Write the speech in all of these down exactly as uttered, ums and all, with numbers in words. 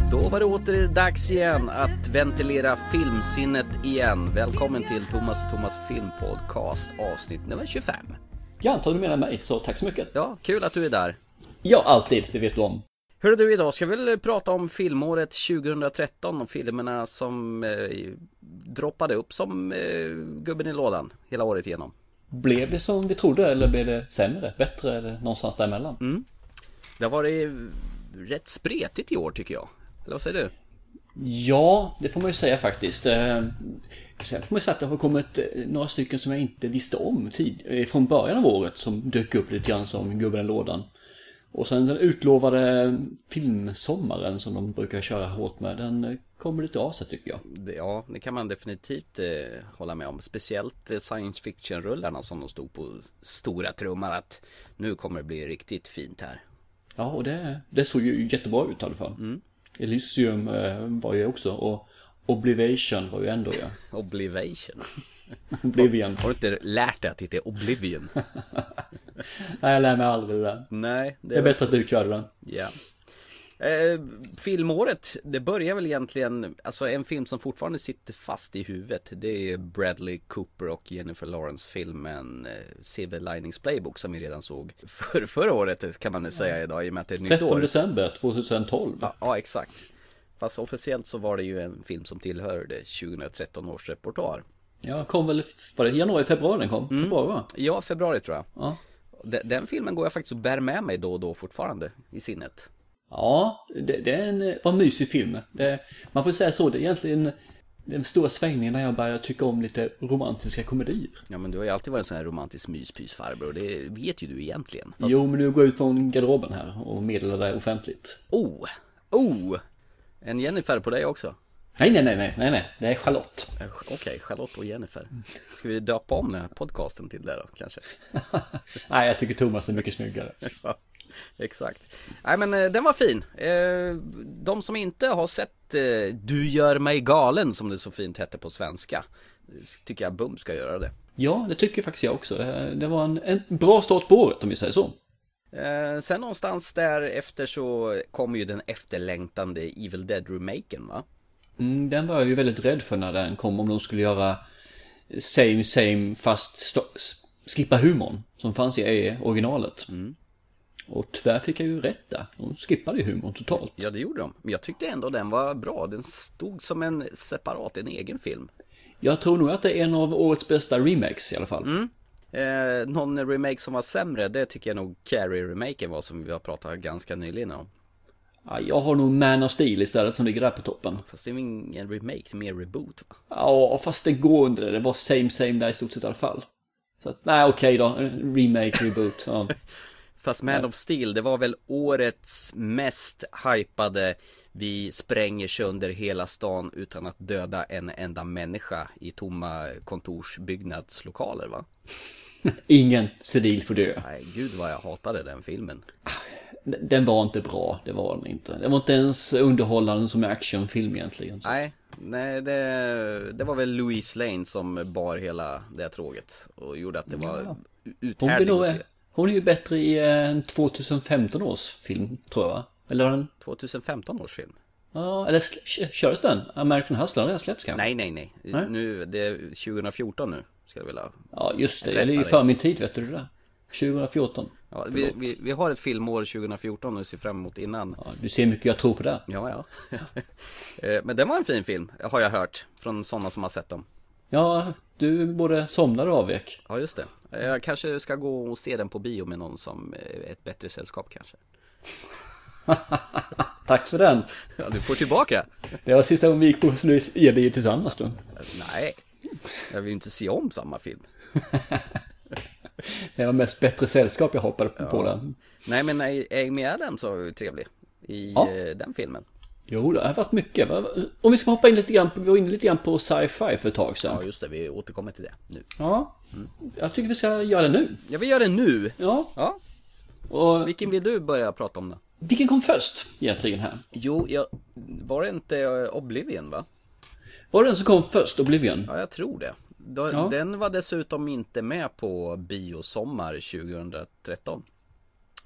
Då var det åter dags igen att ventilera filmsinnet igen. Välkommen till Thomas och Thomas filmpodcast avsnitt nummer tjugofem. Ja, antar du menar mig, så tack så mycket. Ja, kul att du är där. Ja, alltid, det vet du om. Hörru du, idag ska vi väl prata om filmåret tjugohundratretton och filmerna som eh, droppade upp som eh, gubben i lådan hela året igenom. Blev det som vi trodde eller blev det sämre, bättre eller någonstans däremellan? Mm. Det har varit rätt spretigt i år tycker jag. Eller vad säger du? Ja, det får man ju säga faktiskt. Sen får man ju säga att det har kommit några stycken som jag inte visste om tid, från början av året som dök upp lite grann som gubben i lådan. Och sen den utlovade filmsommaren som de brukar köra hårt med, den kommer lite av sig tycker jag. Ja, det kan man definitivt eh, hålla med om. Speciellt eh, science fiction-rullarna som de stod på stora trummar att nu kommer det bli riktigt fint här. Ja, och det, det såg ju jättebra ut i alla fall. Mm. Elysium eh, var ju också, och Oblivion var ju ändå ja. Oblivion? Oblivion. Har du inte lärt dig att det är Oblivion? Nej, jag lär mig aldrig det där. Nej, det är, det är bättre att du körde den. Ja. Eh, filmåret, det börjar väl egentligen, alltså en film som fortfarande sitter fast i huvudet, det är Bradley Cooper och Jennifer Lawrence-filmen eh, Silver Linings Playbook som vi redan såg för, förra året kan man ju säga idag i och med att det är ett nytt år. trettonde december tjugohundratolv. Ja, ja, exakt. Fast officiellt så var det ju en film som tillhörde tjugohundratretton års repertoar. Ja, kom väl, var det januari, februari den kom? Mm. Februari va? Ja, februari tror jag. Ja. Den, den filmen går jag faktiskt och bär med mig då och då fortfarande i sinnet. Ja, det, det är en, var en mysig film. Det, man får säga så, det är egentligen den stora svängningen när jag börjar tycka om lite romantiska komedier. Ja, men du har ju alltid varit en sån här romantisk myspysfarbror, det vet ju du egentligen. Fast... Jo, men nu går jag ut från garderoben här och meddelar det offentligt. Oh, oh, en Jennifer på dig också? Nej, nej, nej, nej, nej, nej. Det är Charlotte. Okej, okay, Charlotte och Jennifer. Ska vi döpa om den här podcasten till det då, kanske? Nej, jag tycker Thomas är mycket snyggare. Ja, exakt. Nej, men den var fin. De som inte har sett Du gör mig galen, som det så fint hette på svenska, tycker jag bum ska göra det. Ja, det tycker faktiskt jag också. Det var en, en bra start på året, om vi säger så. Sen någonstans därefter så kommer ju den efterlängtande Evil Dead-remaken, va? Mm, den var jag ju väldigt rädd för när den kom, om de skulle göra same same fast st- skippa humorn som fanns i originalet. Mm. Och tyvärr fick jag ju rätt där. De skippade ju humorn totalt. Ja, det gjorde de. Men jag tyckte ändå den var bra. Den stod som en separat, en egen film. Jag tror nog att det är en av årets bästa remakes i alla fall. Mm. Eh, någon remake som var sämre, det tycker jag nog Carrie-remaken var, som vi har pratat ganska nyligen om. Ja, jag har nog Man of Steel istället som ligger där på toppen. Fast det är ingen remake, mer reboot va? Ja, fast det går inte det. Det var same same där i stort sett i alla fall. Så att, nej okej då, remake, reboot. Ja. Fast Man of Steel, det var väl årets mest hypade. Vi spränger sönder hela stan utan att döda en enda människa i tomma kontorsbyggnadslokaler, va? Ingen civil får dö. Nej, gud vad jag hatade den filmen. Den var inte bra, det var den inte. Den var inte ens underhållande som actionfilm egentligen. Så. Nej, nej det, det var väl Louise Lane som bar hela det tråget och gjorde att det var ja. uthärdligt att se. Hon är ju bättre i en tjugohundrafemton års film, tror jag. Eller en tjugohundrafemton års film. Ja, eller körs den? American Hustler, den släpps kanske? Nej, nej, nej. nej? Nu, det är tjugohundrafjorton nu, ska jag vilja. Ja, just det. Eller i för min tid, vet du det där. tjugohundrafjorton. Ja, vi, vi, vi har ett filmår tjugohundrafjorton och ser fram emot innan. Ja, du ser mycket jag tror på det. Ja, ja. Men den var en fin film, har jag hört. Från sådana som har sett dem. Ja, du både somnade och avvek. Ja, just det. Jag kanske ska gå och se den på bio med någon som ett bättre sällskap kanske. Tack för den. Ja, du får tillbaka. Det var sista gången vi gick på e-bio tillsammans då. Nej, jag vill inte se om samma film. Det var mest bättre sällskap jag hoppade på, ja. på den. Nej, men Amy Adams var ju trevlig i ja. den filmen. Jo, det har varit mycket. Om vi ska hoppa in lite grann, vi var inne lite grann på sci-fi för ett tag sedan. Ja, just det. Vi återkommer till det nu. Ja, mm. jag tycker vi ska göra det nu. Ja, vi gör det nu. Ja. ja. Och vilken vill du börja prata om då? Vilken kom först egentligen här? Jo, jag, var det inte Oblivion, va? Var det den som kom först, Oblivion? Ja, jag tror det. Då, ja. Den var dessutom inte med på biosommar tjugohundratretton.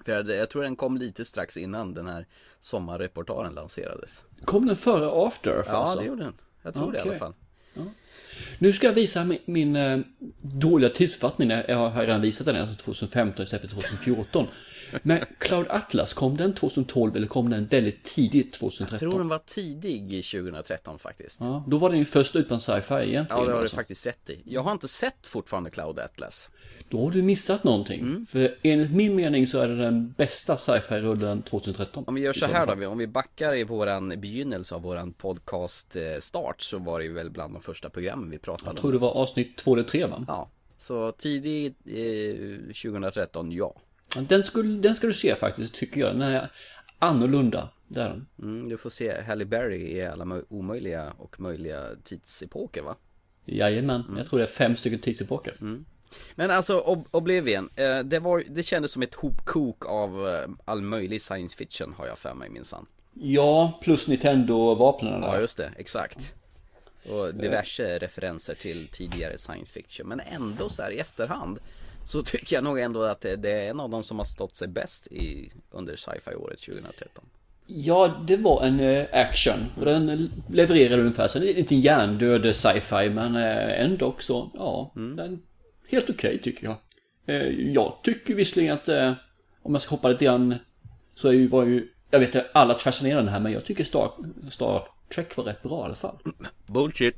För jag tror den kom lite strax innan den här sommarreportaren lanserades. Kom den före After Earth Ja, alltså? det gjorde den. Jag tror okay. det i alla fall. Ja. Nu ska jag visa min, min äh, dåliga tidsuppfattning. Jag har redan visat den alltså tjugohundrafemton istället för tjugohundrafjorton. Men Cloud Atlas, kom den tjugotolv eller kom den väldigt tidigt tjugotretton? Jag tror den var tidig tjugotretton faktiskt. Ja, då var den ju först utan sci-fi egentligen. Ja, det har alltså. du faktiskt rätt i. Jag har inte sett fortfarande Cloud Atlas. Då har du missat någonting. Mm. För enligt min mening så är det den bästa sci-fi-rullen tjugotretton. Om vi gör så här då, om vi backar i våran begynnelse av våran podcast start, så var det ju väl bland de första programmen vi pratade om. Jag tror det var avsnitt två eller tre, va? Ja, så tidigt eh, tjugotretton, ja. Den, skulle, den ska du se faktiskt, tycker jag. Den är annorlunda. Där den. Mm, du får se Halle Berry i alla omöjliga och möjliga tidsepoker, va? Jajamän, mm. jag tror det är fem stycken tidsepoker. Mm. Men alltså Ob- Oblivion, eh, det, var, det kändes som ett hopkok av eh, all möjlig science fiction, har jag för mig minsann. Ja, plus Nintendo-vapnen där. Ja, just det, exakt. Och diverse referenser till tidigare science fiction. Men ändå så här i efterhand så tycker jag nog ändå att det är en av dem som har stått sig bäst i, under sci-fi-året tjugotretton. Ja, det var en eh, action. Och den levererade ungefär så. Det är inte en hjärndöd sci-fi, men eh, ändå också, ja, mm. den helt okej okay, tycker jag. Eh, jag tycker visserligen att eh, om jag ska hoppa lite grann så är ju, var ju, jag vet att alla tvärsar ner den här, men jag tycker Star, Star Trek var rätt bra i alla fall. Bullshit.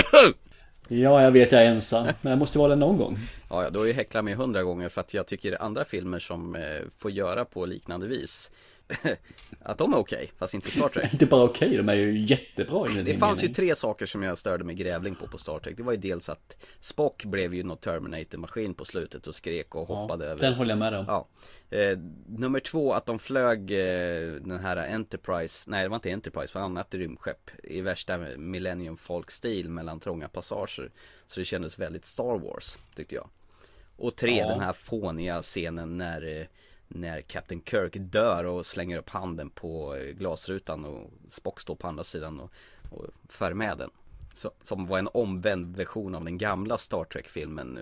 Ja, jag vet jag är ensam, men jag måste vara den någon gång. Ja, ja, då har ju häcklat mig hundra gånger för att jag tycker andra filmer som eh, får göra på liknande vis att de är okej, okay, fast inte Star Trek. Inte bara okej, okay, de är ju jättebra i den. Det fanns mening. Ju tre saker som jag störde mig grävling på på Star Trek. Det var ju dels att Spock blev ju något Terminator-maskin på slutet och skrek och hoppade ja, över. Den håller jag med om. Ja. Eh, nummer två, att de flög eh, den här Enterprise, nej det var inte Enterprise, för annat rymdskepp i värsta Millennium Folk-stil mellan trånga passager. Så det kändes väldigt Star Wars, tyckte jag. Och tre, ja. Den här fåniga scenen när... Eh, när Captain Kirk dör och slänger upp handen på glasrutan och Spock står på andra sidan och, och för med den. Så, som var en omvänd version av den gamla Star Trek-filmen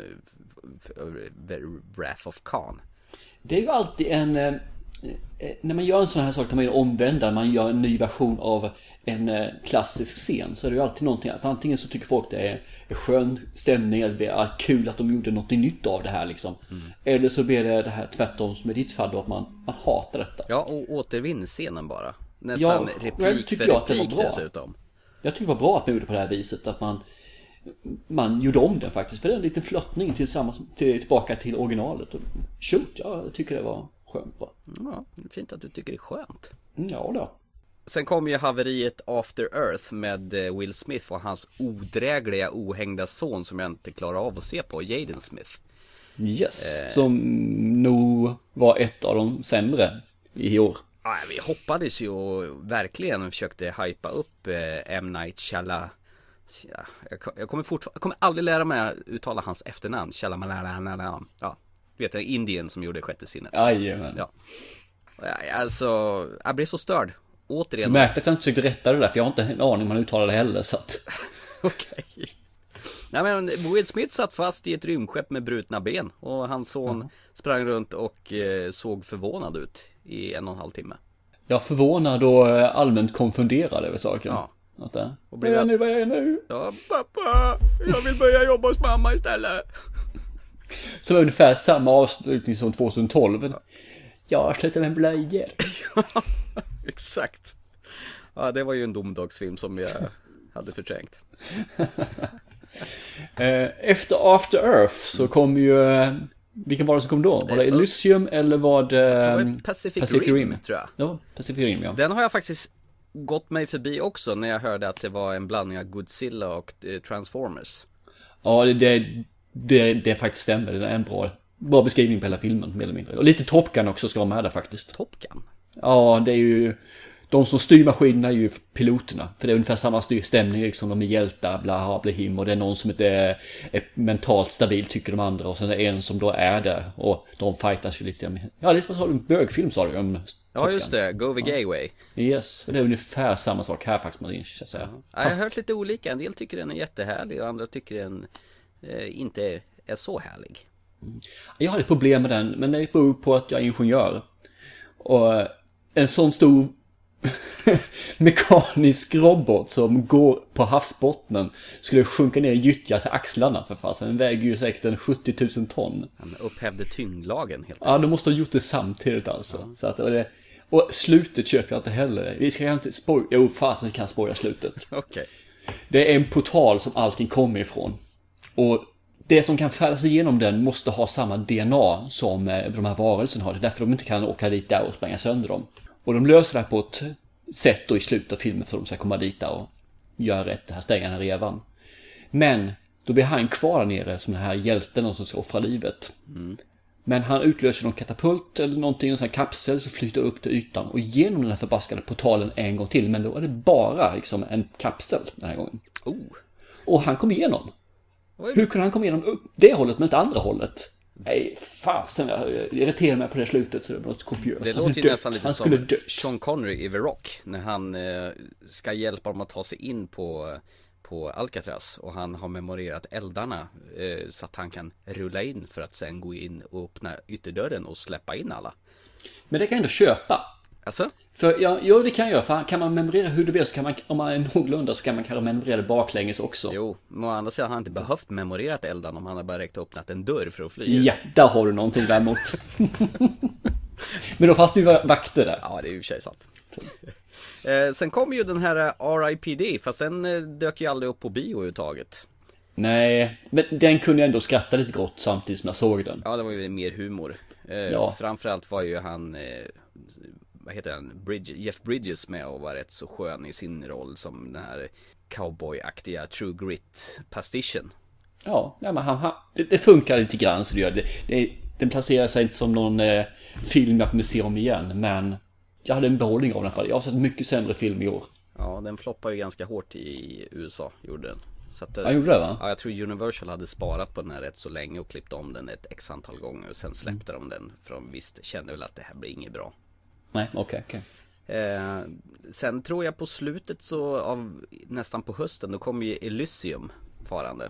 Wrath of Khan. Det är ju alltid en... Eh, när man gör en sån här sak där man omvänder, man gör en ny version av en eh, klassisk scen, så är det ju alltid någonting att antingen så tycker folk det är, är skön stämning, att det är kul att de gjorde något nytt av det här liksom. Mm. Eller så blir det det här tvärtom som i ditt fall då, att man, man hatar detta. Ja, och återvinner scenen bara. Nästan ja, replik för replik dessutom. Jag tycker det var bra att man gjorde på det här viset, att man man gjorde om den faktiskt, för det är en liten flottning tillsammans, till, tillbaka till originalet. Och shoot, ja, jag tycker det var skönt bara. Ja, fint att du tycker det är skönt. Ja då. Sen kom ju haveriet After Earth med Will Smith och hans odrägliga ohängda son som jag inte klarar av att se på, Jaden Smith. Yes, eh. som nog var ett av de sämre i år. Ja, vi hoppades ju och verkligen försökte hypa upp eh, M. Night Shyamalan. Ja, jag, jag, kommer jag kommer aldrig lära mig att uttala hans efternamn. Shyamalan. Ja, vet jag, Indien som gjorde Sjätte sinnet. Jajamän. Ja. Alltså, jag blev så störd. Återigen. Jag märkte att jag inte försökte rätta det där, för jag har inte en aning om man uttalar det heller, så att... Okej. Okay. Nej, men Will Smith satt fast i ett rymdskepp med brutna ben och hans son uh-huh. sprang runt och eh, såg förvånad ut i en och en halv timme. Jag förvånad och allmänt konfunderad över saken. Ja. Att det... Och vad är jag nu, vad är jag nu? Ja, pappa, jag vill börja jobba hos mamma istället. Så var ungefär samma avslutning som tjugotolv. Ja, jag slutar med blöjor. Ja, exakt. Ja, det var ju en domedagsfilm som jag hade förträngt. Efter After Earth så kom ju... Vilken var det som kom då? Var det Elysium eller var det... Jag tror det var Pacific, Pacific Rim, Rim, tror jag. Ja, Pacific Rim, ja. Den har jag faktiskt gått mig förbi också när jag hörde att det var en blandning av Godzilla och Transformers. Ja, det, det, det, det faktiskt stämmer. Det är en bra, bra beskrivning på hela filmen, mer eller mindre. Och lite Top Gun också ska vara med där faktiskt. Top Gun? Ja, det är ju... De som styr maskinerna är ju piloterna. För det är ungefär samma styrstämning liksom. De är hjältar, bla, bla, him. Och det är någon som inte är, är mentalt stabil, tycker de andra. Och sen är det en som då är det. Och de fightas ju lite. Ja, det var en bögfilm, sa du om. Ja, just det. Go the Gay Way. Yes, och det är ungefär samma sak här faktiskt, Marin, ska jag säga. Ja, jag har hört lite olika. En del tycker den är jättehärlig och andra tycker den eh, inte är så härlig. Mm. Jag har ett problem med den, men det beror på att jag är ingenjör. Och en sån stor mekanisk robot som går på havsbottnen skulle sjunka ner i gyttja till axlarna för fasen. Den väger ju säkert en sjuttio tusen ton. Han upphävde tyngdlagen helt enkelt. Ja, de måste ha gjort det samtidigt alltså. Ja. Så att det, och slutet köper jag inte heller. Vi ska inte spoila. Jo, fasen kan spoila slutet. Okej. Okay. Det är en portal som allting kommer ifrån. Och det som kan färdas igenom den måste ha samma D N A som de här varelserna har. Det är därför de inte kan åka dit där och spränga sönder dem. Och de löser det här på ett sätt då i slutet av filmen för att de ska komma dit där och göra rätt, det här stänga den här revan. Men då blir han kvar där nere som den här hjälten som ska offra livet. Mm. Men han utlöser någon katapult eller någonting, en sån här kapsel som flyter upp till ytan och genom den här förbaskade portalen en gång till. Men då är det bara liksom en kapsel den här gången. Oh. Och han kom igenom. Hur kunde han komma igenom upp det hållet men inte andra hållet? Nej, fasen, jag irriterar mig på det slutet så det var kopiöst. Det låter ju nästan lite som dött. Sean Connery i The Rock när han eh, ska hjälpa dem att ta sig in på, på Alcatraz och han har memorerat eldarna eh, så att han kan rulla in för att sen gå in och öppna ytterdörren och släppa in alla. Men det kan jag ändå köpa. Alltså? För ja, ja, det kan jag göra. För kan man memorera hur det blir så kan man, om man är någorlunda så kan man kanske memorera det baklänges också. Jo, men å andra sidan har han inte behövt memorera eldan om han har bara räckt och öppnat en dörr för att fly. Ja, där har du någonting däremot. Men då fanns det ju vakter där. Ja, det är ju sig sant. eh, sen kom ju den här R I P D, fast den eh, dök ju aldrig upp på bio överhuvudtaget. Nej, men den kunde jag ändå skratta lite gott samtidigt som jag såg den. Ja, det var ju mer humor. Eh, ja. Framförallt var ju han... Eh, vad heter han? Bridge, Jeff Bridges med och var rätt så skön i sin roll som den här cowboy-aktiga True Grit-pastischen. Ja, ja men han, han, det, det funkar lite grann så det gör det. det den placerar sig inte som någon eh, film jag kommer se om igen, men jag hade en behållning av den fall. Jag har sett mycket sämre film i år. Ja, den floppar ju ganska hårt i U S A, gjorde den. Så att, ja, gjorde det va? Ja, jag tror Universal hade sparat på den här rätt så länge och klippt om den ett x antal gånger och sen släppte mm. de den för de visste, kände väl att det här blir inget bra. Nej, okej, okay, okay. eh, Sen tror jag på slutet så av nästan på hösten då kom ju Elysium farande.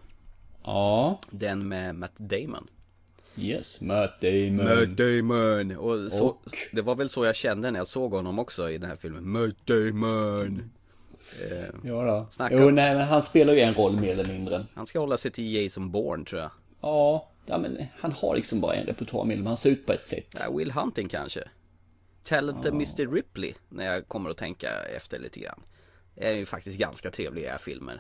Ja. Den med Matt Damon. Yes, Matt Damon. Matt Damon. Och, så, och det var väl så jag kände när jag såg honom också i den här filmen. Matt Damon. Eh, ja då. Snacka. Jo, nej, men han spelar ju en roll mer eller mindre. Han ska hålla sig till Jason Bourne tror jag. Ja, ja men han har liksom bara en repertoar med, men han ser ut på ett sätt. Ja, Will Hunting kanske. Talented ja. mister Ripley, när jag kommer att tänka efter lite grann. Är ju faktiskt ganska trevliga filmer.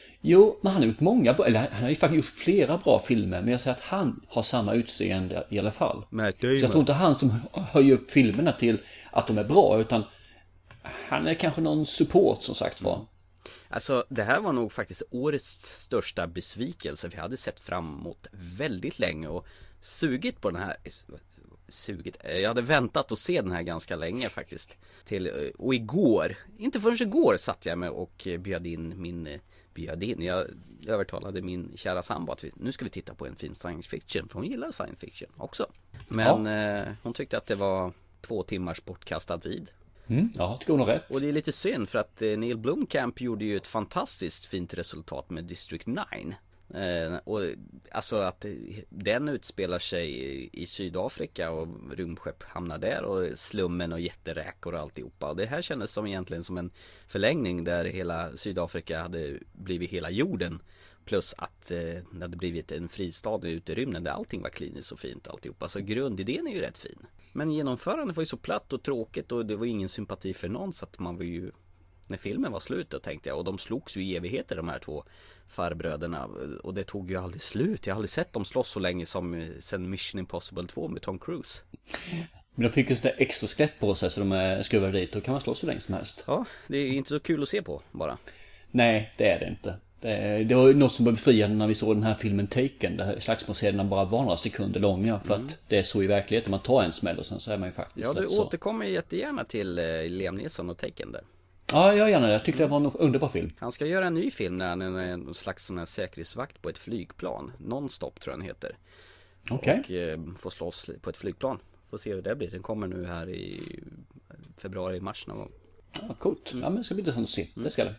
Jo, men han har gjort många bra, eller han har ju faktiskt gjort flera bra filmer, men jag säger att han har samma utseende i alla fall. Matt Damon. Så jag tror inte han som höjer upp filmerna till att de är bra, utan han är kanske någon support som sagt var. Alltså det här var nog faktiskt årets största besvikelse. Vi hade sett fram emot väldigt länge och sugit på den här... Sugit. Jag hade väntat att se den här ganska länge faktiskt. Till, och igår, inte förrän igår satt jag med och bjöd in min... Bjöd in, jag övertalade min kära sambo att vi, nu ska vi titta på en fin science fiction. För hon gillar science fiction också. Men ja. eh, hon tyckte att det var två timmars bortkastad tid. Mm, ja, tycker hon har rätt. Och det är lite synd för att eh, Neil Blomkamp gjorde ju ett fantastiskt fint resultat med District nio. Eh, och alltså att den utspelar sig i, i Sydafrika och rymdskepp hamnar där och slummen och jätteräkor och alltihopa. Och det här kändes som egentligen som en förlängning där hela Sydafrika hade blivit hela jorden. Plus att eh, det hade blivit en fristad ute i rymden där allting var kliniskt och fint alltihopa. Så grundidén är ju rätt fin. Men genomförandet var ju så platt och tråkigt och det var ingen sympati för någon så att man var ju... När filmen var slut då tänkte jag, och de slogs ju i evigheter de här två farbröderna och det tog ju aldrig slut. Jag har aldrig sett dem slåss så länge som sen Mission Impossible två med Tom Cruise. Men de fick just det extra skelett på sig så de är skruvade dit och kan man slåss så länge som helst. Ja, det är inte så kul att se på bara. Nej, det är det inte. Det, det var något som var befriande när vi såg den här filmen Taken där slagsmålscenerna bara var några sekunder långa för mm. att det är så i verkligheten. Man tar en smäll och sen så är man ju faktiskt... Ja, du återkommer så. Jättegärna till eh, Liam Neeson och Taken där. Ja, jag gärna det. Jag tyckte det var en underbar film. Han ska göra en ny film när han är en slags sån här säkerhetsvakt på ett flygplan. Non-stop tror jag den heter. Okej. Okay. Och eh, får slåss på ett flygplan. Får se hur det blir. Den kommer nu här i februari, mars någon gång. Ja, coolt. Ja, men det ska bli intressant att se. Mm. Det ska det.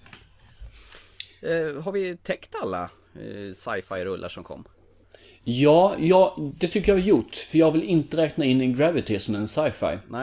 Eh, har vi täckt alla eh, sci-fi-rullar som kom? Ja, ja, det tycker jag har gjort. För jag vill inte räkna in en Gravity som en sci-fi. Nej.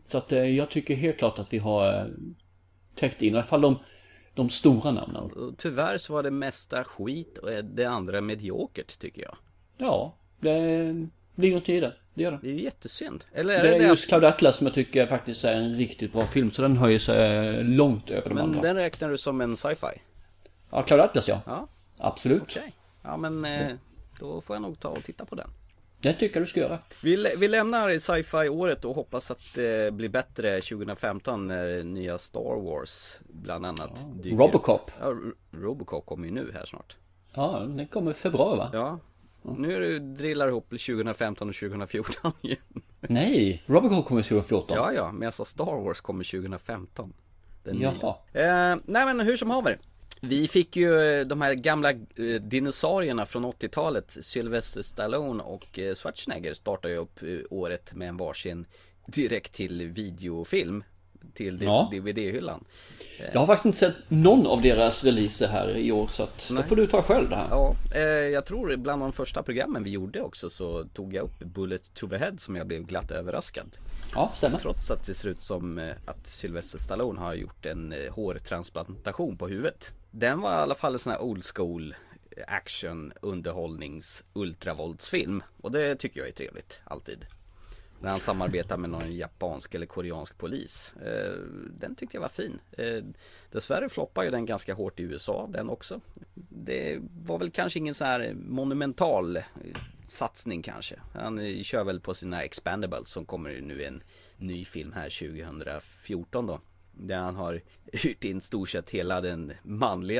Så att eh, jag tycker helt klart att vi har eh, täckt in i alla fall de, de stora namnen. Och tyvärr så var det mesta skit och det andra mediokert tycker jag. Ja, det blir något i det. Det gör det. Det är ju jättesynd. Eller är Det det, är det just att... Cloud Atlas som jag tycker faktiskt är en riktigt bra film. Så den höjer sig långt över de Men andra. den räknar du som en sci-fi? Ja, Cloud Atlas ja. Ja, Absolut. okej. Okay. Ja, men eh, då får jag nog ta och titta på den. Det tycker jag du ska göra. Vi, vi lämnar sci-fi-året och hoppas att det blir bättre tjugo femton när nya Star Wars bland annat ja. dyker. Robocop. Ja, Robocop kommer ju nu här snart. Ja, den kommer i februari va? Ja. Nu är det drillar ihop tjugo femton och tjugo fjorton igen. Nej, Robocop kommer tjugo fjorton. Ja, ja, men jag sa Star Wars kommer tjugo femton. Den Jaha. nya. Eh, nej men hur som haver. Vi fick ju de här gamla eh, dinosaurierna från åttiotalet. Sylvester Stallone och eh, Schwarzenegger startade ju upp eh, året med en varsin direkt till videofilm. Till Ja. D V D-hyllan. Jag har faktiskt inte sett någon av deras releaser här i år. Så att då får du ta själv det här. Ja, eh, jag tror bland de första programmen vi gjorde också så tog jag upp Bullet to the Head som jag blev glatt överraskad. Ja, stämmer. Trots att det ser ut som eh, att Sylvester Stallone har gjort en eh, hårtransplantation på huvudet. Den var i alla fall en sån här old school action underhållnings ultravåldsfilm. Och det tycker jag är trevligt, alltid. När han samarbetar med någon japansk eller koreansk polis. eh, Den tyckte jag var fin. eh, Dessvärre floppar ju den ganska hårt i U S A, den också. Det var väl kanske ingen så här monumental eh, satsning kanske. Han eh, kör väl på sina Expendables som kommer ju nu en ny film här tjugo fjorton då. Där han har hyrt in stort sett hela den manliga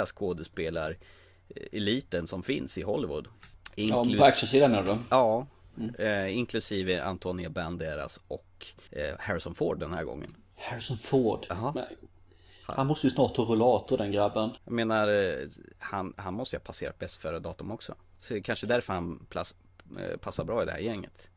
skådespelar-eliten som finns i Hollywood. Inklu- ja, på actionsidan är det då. Ja. Mm. Eh, inklusive Antonio Banderas och eh, Harrison Ford den här gången. Harrison Ford? Aha. Nej. Han måste ju snart ta rullator, den grabben. Jag menar, eh, han, han måste ju ha passerat bäst före datum också. Så det är kanske därför han plas, eh, passar bra i det här gänget.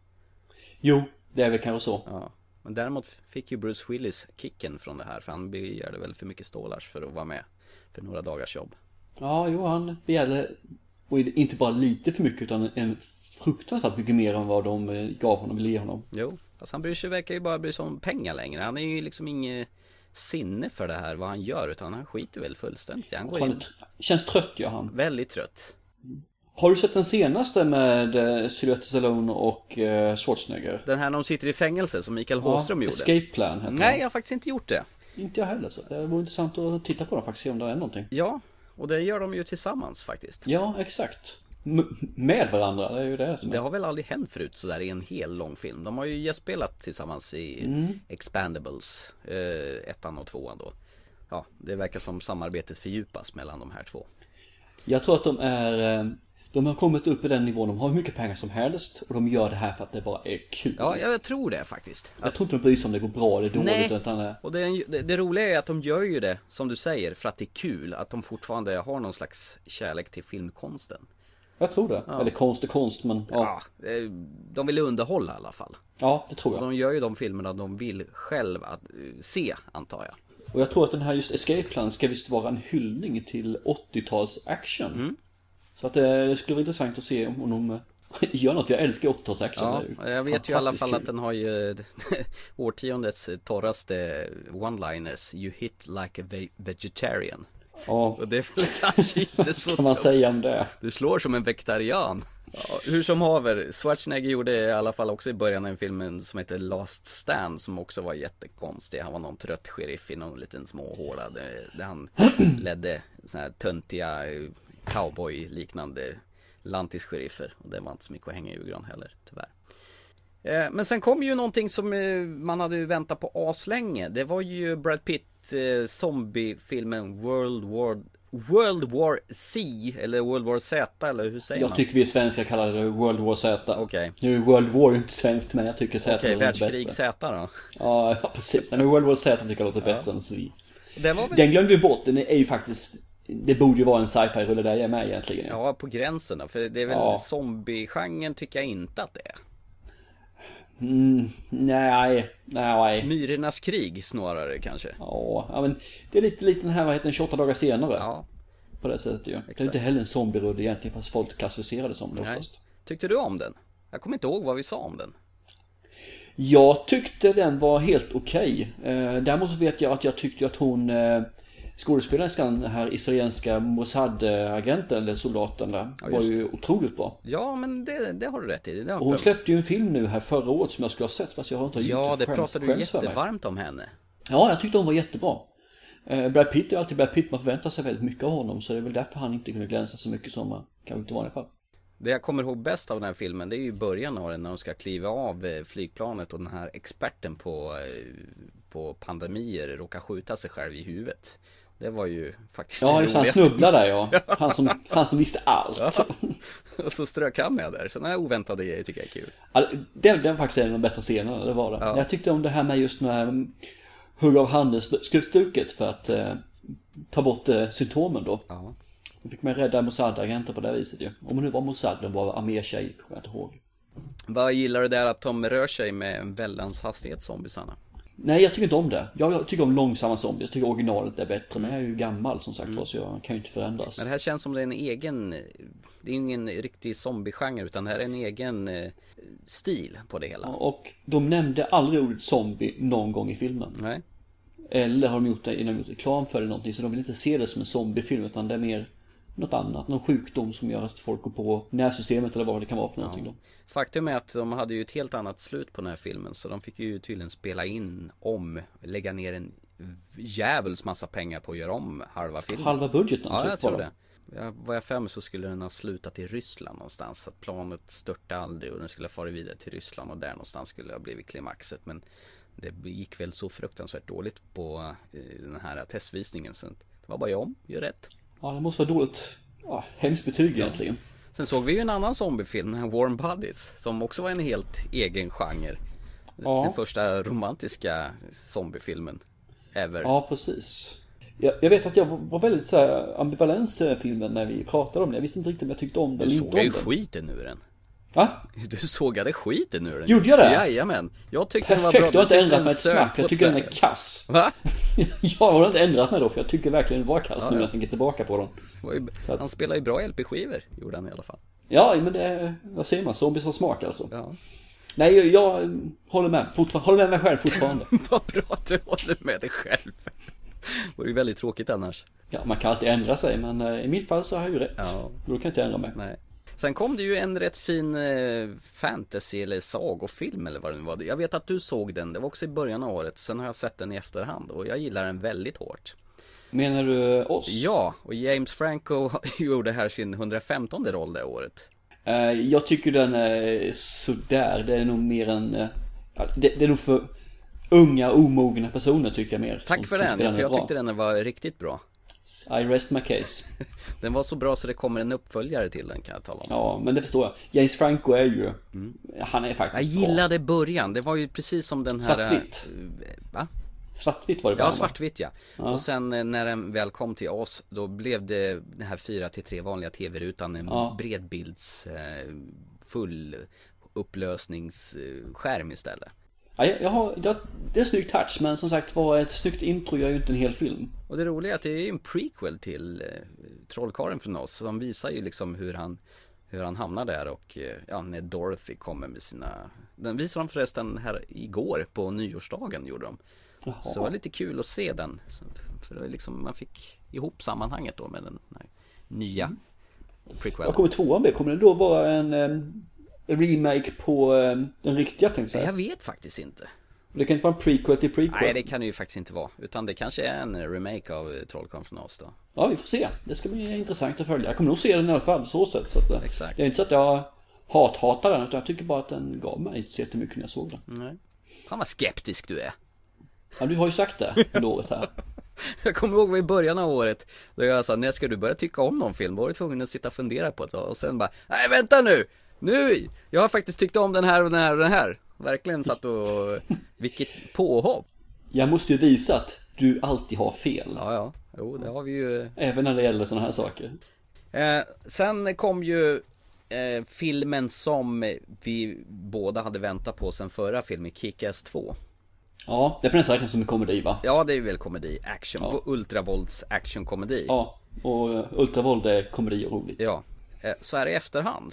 Jo, det är väl kanske så. Ja. Men däremot fick ju Bruce Willis kicken från det här. För han begärde väl för mycket stålars för att vara med för några dagars jobb. Ja, jo, han begärde, och inte bara lite för mycket utan en fruktansvärt mycket mer än vad de gav honom, ville ge honom. Jo, fast han bryr sig, verkar ju bara bry sig om pengar längre. Han är ju liksom inget sinne för det här, vad han gör, utan han skiter väl fullständigt. Han går han in... Känns trött, gör han. Väldigt trött. Har du sett den senaste med uh, Sylvester Stallone och uh, Schwarzenegger? Den här när de sitter i fängelse som Mikael Håström ja, gjorde. Escape Plan heter Nej, den. jag har faktiskt inte gjort det. Inte jag heller, så det vore intressant att titta på den faktiskt, se om det är någonting. Ja, och det gör de ju tillsammans faktiskt. Ja, exakt. M- med varandra, det är ju det som är. Det har väl aldrig hänt förut så där i en hel lång film. De har ju gästspelat tillsammans i Mm. Expendables, eh, ettan och tvåan då. Ja, det verkar som samarbetet fördjupas mellan de här två. Jag tror att de är... eh, De har kommit upp i den nivån, de har hur mycket pengar som helst och de gör det här för att det bara är kul. Ja, jag tror det faktiskt. Jag tror inte de bryr sig om det går bra eller dåligt. Nej, utan det... och det, det, det roliga är att de gör ju det, som du säger, för att det är kul. Att de fortfarande har någon slags kärlek till filmkonsten. Jag tror det. Ja. Eller konst är konst, men ja. Ja, eh, de vill underhålla i alla fall. Ja, det tror jag. De gör ju de filmerna de vill själv att uh, se, antar jag. Och jag tror att den här just Escape Plan ska visst vara en hyllning till åttio-tals action. Mm. Så att det skulle vara intressant att se om de gör något. Jag älskar åttio-tals action. Ja, jag vet ju i alla fall kul. att den har ju årtiondets torraste one-liners. You hit like a ve- vegetarian. Ja, Och det är väl kanske inte så kan man säga om det. Du slår som en vegetarian. Ja, hur som haver, Schwarzenegger gjorde i alla fall också i början en filmen som heter Last Stand, som också var jättekonstig. Han var någon trött sheriff i någon liten småhåla där, där han ledde såna här töntiga cowboy-liknande lantischeriffer. Och det var inte så mycket att hänga i julgran heller, tyvärr. Eh, men sen kom ju någonting som eh, man hade väntat på aslänge. Det var ju Brad Pitt eh, zombiefilmen World War World War C eller World War Z, eller hur säger Jag man? tycker vi svenskar kallar det World War Z. Okej. Okay. Nu är World War inte svenskt, men jag tycker Z Okej, låter världskrig bättre. Z då? Ja, ja, precis. Nej, men World War Z tycker jag låter bättre ja. än C. Den, var väl... Den glömde vi bort, den är ju faktiskt... Det borde ju vara en sci-fi-rulle där jag är med egentligen. Ja, ja på gränsen då, för det är väl ja. zombie-genren tycker jag inte att det är. Mm, nej, nej. Myrornas krig snarare kanske. Ja, ja, men det är lite lite den här, vad heter den, tjugoåtta dagar senare. Ja. På det sättet ju. Exakt. Det är inte heller en zombie-rulle egentligen, fast folk klassificerar det som det oftast. Tyckte du om den? Jag kommer inte ihåg vad vi sa om den. Jag tyckte den var helt okej. Eh, däremot vet jag att jag tyckte att hon eh, skådespelerskan, den här israeliska Mossad-agenten eller soldaten där, ja, var ju otroligt bra. Ja, men det, det har du rätt i. Det har och hon släppte ju en film nu här förra året som jag skulle ha sett, fast jag har inte Ja, det skäms, pratade du jättevarmt om henne. Ja, jag tyckte hon var jättebra. Eh, Brad Pitt är alltid Brad Pitt, man förväntar sig väldigt mycket av honom, så det är väl därför han inte kunde glänsa så mycket som man kanske inte var i alla fall. Det jag kommer ihåg bäst av den här filmen, det är ju början av den när de ska kliva av flygplanet och den här experten på, på pandemier råkar skjuta sig själv i huvudet. Det var ju faktiskt ja, det han snubblade där, ja. Han som, han som visste allt. Ja. Och så strök han med där. Sådana här oväntade grejer tycker jag är kul. Ja, det, det var faktiskt en av de bättre scenerna, det var det. Ja. Jag tyckte om det här med just när hugg av handelsstuket för att eh, ta bort eh, symptomen då. Ja. Då fick man rädda Mossad-agenter på det viset ju. Om det nu var Mossad, det var armétjej, kommer jag inte ihåg. Vad gillar du där att de rör sig med en väldans hastighet, zombiesarna? Nej, jag tycker inte om det. Jag tycker om långsamma zombies. Jag tycker originalet är bättre. Men jag är ju gammal som sagt mm. så jag kan ju inte förändras. Men det här känns som det är en egen... Det är ingen riktig zombie-genre utan det här är en egen eh, stil på det hela. Ja, och de nämnde aldrig ordet zombie någon gång i filmen. Nej. Eller har de gjort det innan de gjort reklam för det någonting. Så de vill inte se det som en zombiefilm utan det är mer något annat. Någon sjukdom som gör att folk går på nervsystemet eller vad det kan vara för någonting ja. då. Faktum är att de hade ju ett helt annat slut på den här filmen. Så de fick ju tydligen spela in om, lägga ner en jävels massa pengar på att göra om halva filmen. Halva budgeten? Ja, jag tror det. Jag, var jag fem så skulle den ha slutat i Ryssland någonstans. Att planet störtade aldrig och den skulle ha farit vidare till Ryssland. Och där någonstans skulle det ha blivit klimaxet. Men det gick väl så fruktansvärt dåligt på den här testvisningen. Så det var bara jag om, gör rätt. Ja, det måste vara dåligt. Ja, hemskt betyg egentligen. Ja. Sen såg vi ju en annan zombiefilm, Warm Bodies, som också var en helt egen genre. Ja. Den första romantiska zombiefilmen ever. Ja, precis. Jag, jag vet att jag var väldigt så här ambivalens till den filmen när vi pratade om det. Jag visste inte riktigt om jag tyckte om den eller inte om den. Du såg ju skiten ur den. Va? Du sågade skiten ur den. Gjorde jag det? Jajamän. Jag tyckte perfekt, den var bra. Du har inte ändrat mig ett snack. Jag tycker den är kass. Va? Jag har inte ändrat mig då, för jag tycker verkligen den var kass ja, nu när jag tänker tillbaka på den. Ju, han att... spelar ju bra L P-skivor, gjorde han i alla fall. Ja, men det, vad säger man? Zombies har smak alltså. Ja. Nej, jag, jag håller med. Fortfar- håller med mig själv fortfarande. Vad bra att du håller med dig själv. Det vore ju väldigt tråkigt annars. Ja, man kan alltid ändra sig, men i mitt fall så har jag ju rätt. Ja. Då kan jag inte ändra mig. Nej. Sen kom det ju en rätt fin eh, fantasy eller sagofilm eller vad det nu var. Jag vet att du såg den, det var också i början av året. Sen har jag sett den i efterhand och jag gillar den väldigt hårt. Menar du oss? Ja, och James Franco gjorde här sin hundrafemtonde roll det året. Uh, jag tycker den är sådär, det är nog mer en... Uh, det, det är nog för unga, omogna personer tycker jag mer. Tack för den, den för jag bra. tyckte den var riktigt bra. I rest my case. Den var så bra så det kommer en uppföljare till den kan jag tala om. Ja, men det förstår jag. James Franco är ju mm. han är faktiskt jag gillade bra. Början, det var ju precis som den här svartvitt. Va? Svartvitt var det bara. Ja, svartvitt ja. ja. Och sen när den väl kom till oss, då blev det den här fyra till tre vanliga tv-rutan en ja. bredbilds full upplösningsskärm istället. Ja, jag, jag har, jag, det är en snygg touch, men som sagt var ett snyggt intro gör ju inte en hel film. Och det roliga är att det är en prequel till eh, Trollkarlen från oss. De visar ju liksom hur han, hur han hamnar där och eh, ja, när Dorothy kommer med sina... Den visar de förresten här igår på nyårsdagen gjorde de. Jaha. Så det var lite kul att se den. För det var liksom, man fick ihop sammanhanget då med den här nya mm. prequel. Vad kommer tvåan bli? Kommer det då vara en... Um... remake på um, den riktiga tänkte jag. Jag vet faktiskt inte. Det kan inte vara en prequel till prequel. Nej, det kan det ju faktiskt inte vara. Utan det kanske är en remake av Trollkarlen från oss då. Ja, vi får se. Det ska bli intressant att följa. Jag kommer nog se den i alla fall så sätt. Så att, exakt. Det är inte så att jag hat-hatar den, utan jag tycker bara att den gav mig inte så jättemycket när jag såg den. Nej. Fan vad skeptisk du är. Ja, du har ju sagt det under året här. Jag kommer ihåg i början av året då jag sa, när ska du börja tycka om någon film? Då var du tvungen att sitta och fundera på det. Och sen bara, nej vänta nu! Nu, jag har faktiskt tyckt om den här och den här och den här. Verkligen satt och, vilket påhopp. Jag måste ju visa att du alltid har fel. Ja, ja, jo det har vi ju. Även när det gäller sådana här saker. eh, Sen kom ju eh, filmen som vi båda hade väntat på sen förra filmen, Kick-Ass två. Ja, det är för nästan räknas som en komedi va? Ja, det är väl komedi, action, ja. ultravålds action-komedi. Ja, och ultravåld är komedi och roligt. Ja, eh, så här i efterhand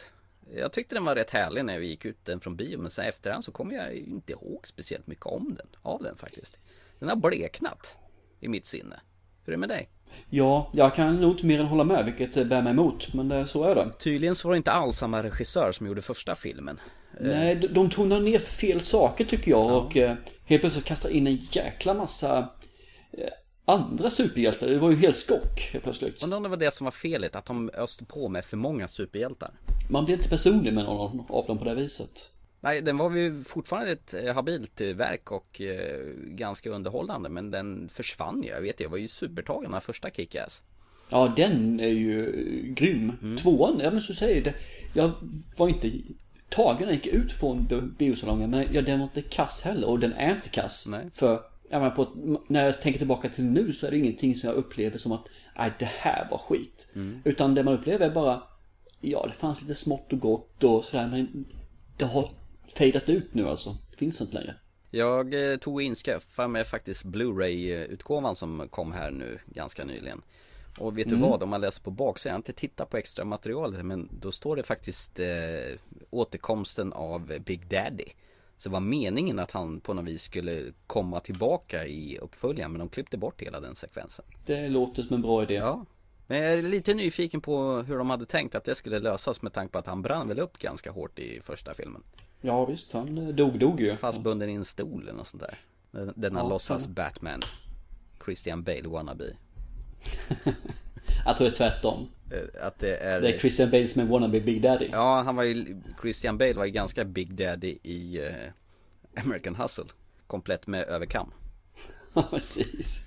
Jag tyckte den var rätt härlig när vi gick ut den från bio, men sen efterhand så kommer jag inte ihåg speciellt mycket om den, av den faktiskt. Den har bleknat i mitt sinne. Hur är det med dig? Ja, jag kan nog inte mer än hålla med, vilket bär mig emot, men det, så är det. Tydligen så var det inte alls samma regissör som gjorde första filmen. Nej, de, de tonar ner för fel saker tycker jag, ja. Och eh, helt plötsligt kastar in en jäkla massa eh, andra superhjältar. Det var ju helt skock helt plötsligt. Och det var det som var felet, att de öste på med för många superhjältar. Man blir inte personlig med någon av dem på det viset. Nej, den var ju fortfarande ett habilt verk och eh, ganska underhållande, men den försvann ju. Jag vet, jag var ju supertagen av första Kick-Ass. Ja, den är ju grym. Mm. Tvåan, ja men så säger det. Jag var inte tagen, jag gick ut från biosalongen, men ja, den var inte kass heller, och den är inte kass. Nej. För jag menar, på, när jag tänker tillbaka till nu så är det ingenting som jag upplever som att nej, det här var skit. Mm. Utan det man upplever är bara, ja, det fanns lite smått och gott och sådär, men det har fejdat ut nu alltså. Det finns inte längre. Jag eh, tog och inskaffade mig faktiskt Blu-ray-utgåvan som kom här nu ganska nyligen. Och vet mm. du vad, om man läser på baksidan, jag har inte tittat på extra material, men då står det faktiskt eh, återkomsten av Big Daddy. Så det var meningen att han på något vis skulle komma tillbaka i uppföljaren, men de klippte bort hela den sekvensen. Det låter som en bra idé. Ja. Men jag är lite nyfiken på hur de hade tänkt att det skulle lösas, med tanke på att han brann väl upp ganska hårt i första filmen. Ja visst, han dog dog ju. Fastbunden i en stol eller något sånt där. Den han ja, låtsas så. Batman. Christian Bale wannabe. Jag tror det är tvärtom. Att det är... det är Christian Bale som är wannabe Big Daddy. Ja, han var ju... Christian Bale var ju ganska Big Daddy i uh, American Hustle. Komplett med överkam. Ja, precis.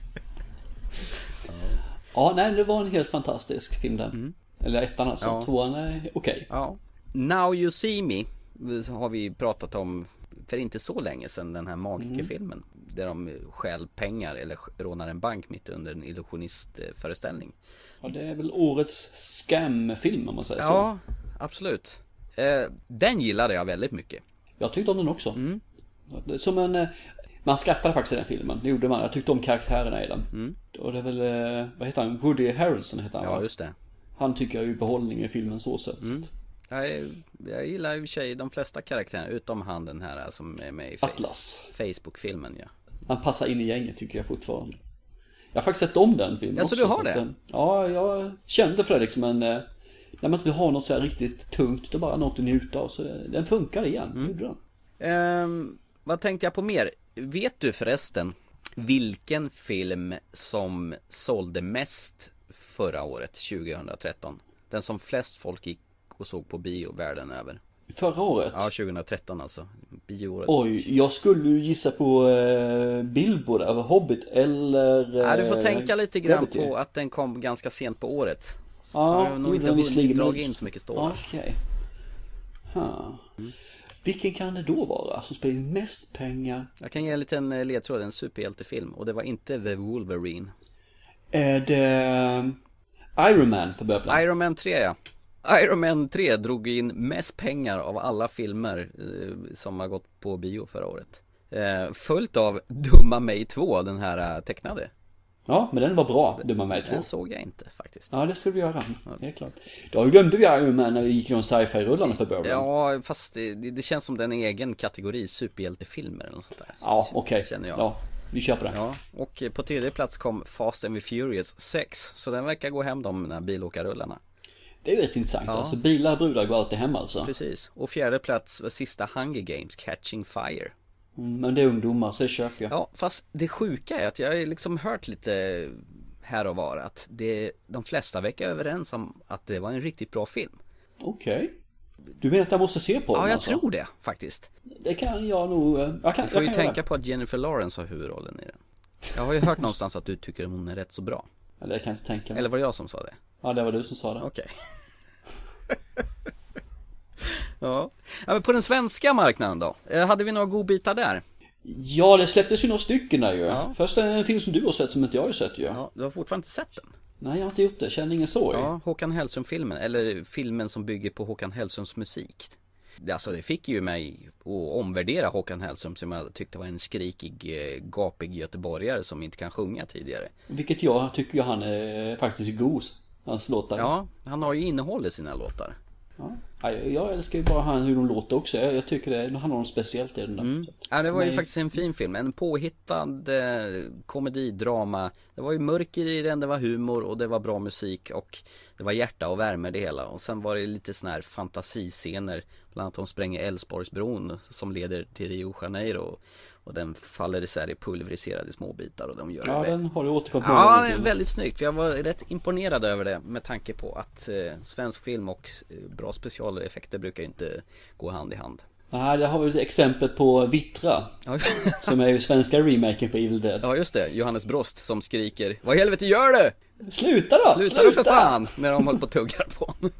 Ja. Ja, nej, det var en helt fantastisk film där. Mm. Eller ettan alltså. Ja. Tvåan är okej. Okay. Ja. Now You See Me har vi pratat om för inte så länge sedan, den här magikerfilmen. Mm. Där de stjäl pengar eller rånar en bank mitt under en illusionistföreställning. Ja, det är väl årets scam-film om man säger ja, så. Ja, absolut. Eh, den gillade jag väldigt mycket. Jag tyckte om den också. Mm. Som en... Man skrattade faktiskt i den filmen, det gjorde man. Jag tyckte om karaktärerna i den. Mm. Och det är väl, vad heter han? Woody Harrelson heter han. Ja, just det. Han tycker jag är ju behållning i filmen så sett. Mm. Jag, jag gillar i och för sig de flesta karaktärerna, utom han den här som är med i Atlas. Facebook-filmen, ja. Han passar in i gänget tycker jag fortfarande. Jag har faktiskt sett om den filmen ja, också. Ja, så du har det? Den, ja, jag kände för det liksom, men när man inte vill ha något så här riktigt tungt, det bara något att njuta av, så den funkar igen. Mm. Gjorde den. Um, vad tänkte jag på mer? Vet du förresten vilken film som sålde mest förra året, tjugohundratretton? Den som flest folk gick och såg på bio världen över. Förra året? Ja, tjugohundratretton alltså. Bioåret. Oj, jag skulle ju gissa på eh, Bilbo där, över Hobbit eller... Eh, ja, du får tänka lite grann Hobbit, på att den kom ganska sent på året. Så ja, jag har nog inte hunnit dra in så mycket stålar. Okej. Okay. Huh. Mm. Vilken kan det då vara som spelar in mest pengar? Jag kan ge en liten ledtråd, en superhjältefilm. Och det var inte The Wolverine. Är det Iron Man för början? Iron Man tre, ja. Iron Man tre drog in mest pengar av alla filmer eh, som har gått på bio förra året. Eh, följt av Dumma mig två, den här uh, tecknade. Ja, men den var bra, Dumma mig två. Den såg jag inte faktiskt. Ja, det skulle vi göra, det är klart. Då glömde vi Iron Man när vi gick igenom sci-fi-rullarna för början. Ja, fast det, det känns som den egen kategori, superhjältefilmer eller något sånt där. Ja, okej. Okay. Ja, vi köper det. Ja, och på tredje plats kom Fast and the Furious sex. Så den verkar gå hem de här bilåkarrullarna. Det är ju rätt intressant, ja. Alltså bilar och brudar går alltid hem alltså. Precis, och fjärde plats var sista Hunger Games, Catching Fire. Mm, men det är ungdomar, så det köper jag. Ja, fast det sjuka är att jag har liksom hört lite här och var att det, de flesta verkar överens om att det var en riktigt bra film. Okej. Okay. Du menar att jag måste se på den? Ja, jag alltså? tror det faktiskt. Det kan jag nog... Jag kan, du får jag ju kan tänka på att Jennifer Lawrence har huvudrollen i den. Jag har ju hört någonstans att du tycker att hon är rätt så bra. Ja, det kan jag inte tänka mig. Eller var det jag som sa det? Ja, det var du som sa det. Okej. Okay. Ja. Ja, men på den svenska marknaden då? Hade vi några godbitar där? Ja, det släpptes ju några stycken där ju. Ja. Först en film som du har sett som inte jag har sett ju. Ja, du har fortfarande inte sett den? Nej, jag har inte gjort det. Känner ingen sorg. Ja, Håkan Hellström-filmen. Eller filmen som bygger på Håkan Hellströms musik. Alltså det fick ju mig att omvärdera Håkan Hellström, som jag tyckte var en skrikig, gapig göteborgare som inte kan sjunga tidigare. Vilket jag tycker jag han är faktiskt god, hans låtar. Ja, han har ju innehåll i sina låtar. Ja. Ja, jag älskar ju bara han hur de låter också. Jag, jag tycker det, han har något speciellt i den där. Mm. Ja, det var ju Nej. faktiskt en fin film. En påhittad eh, komedidrama. Det var ju mörker i den, det var humor och det var bra musik och det var hjärta och värme det hela. Och sen var det lite såna här fantasiscener. Bland annat de spränger Älvsborgsbron som leder till Rio Janeiro. Och den faller isär i pulveriserade små bitar och de gör Ja, det. den har du återkommit Ja, med. det är väldigt snyggt. För jag var rätt imponerad över det med tanke på att eh, svensk film och eh, bra specialeffekter brukar ju inte gå hand i hand. Nej, det har vi ett exempel på Vittra. Ja. Som är ju svenska remaken på Evil Dead. Ja, just det. Johannes Brost som skriker: vad i helvete gör du? Sluta då! Sluta då för fan! När de håller på och tuggar på honom.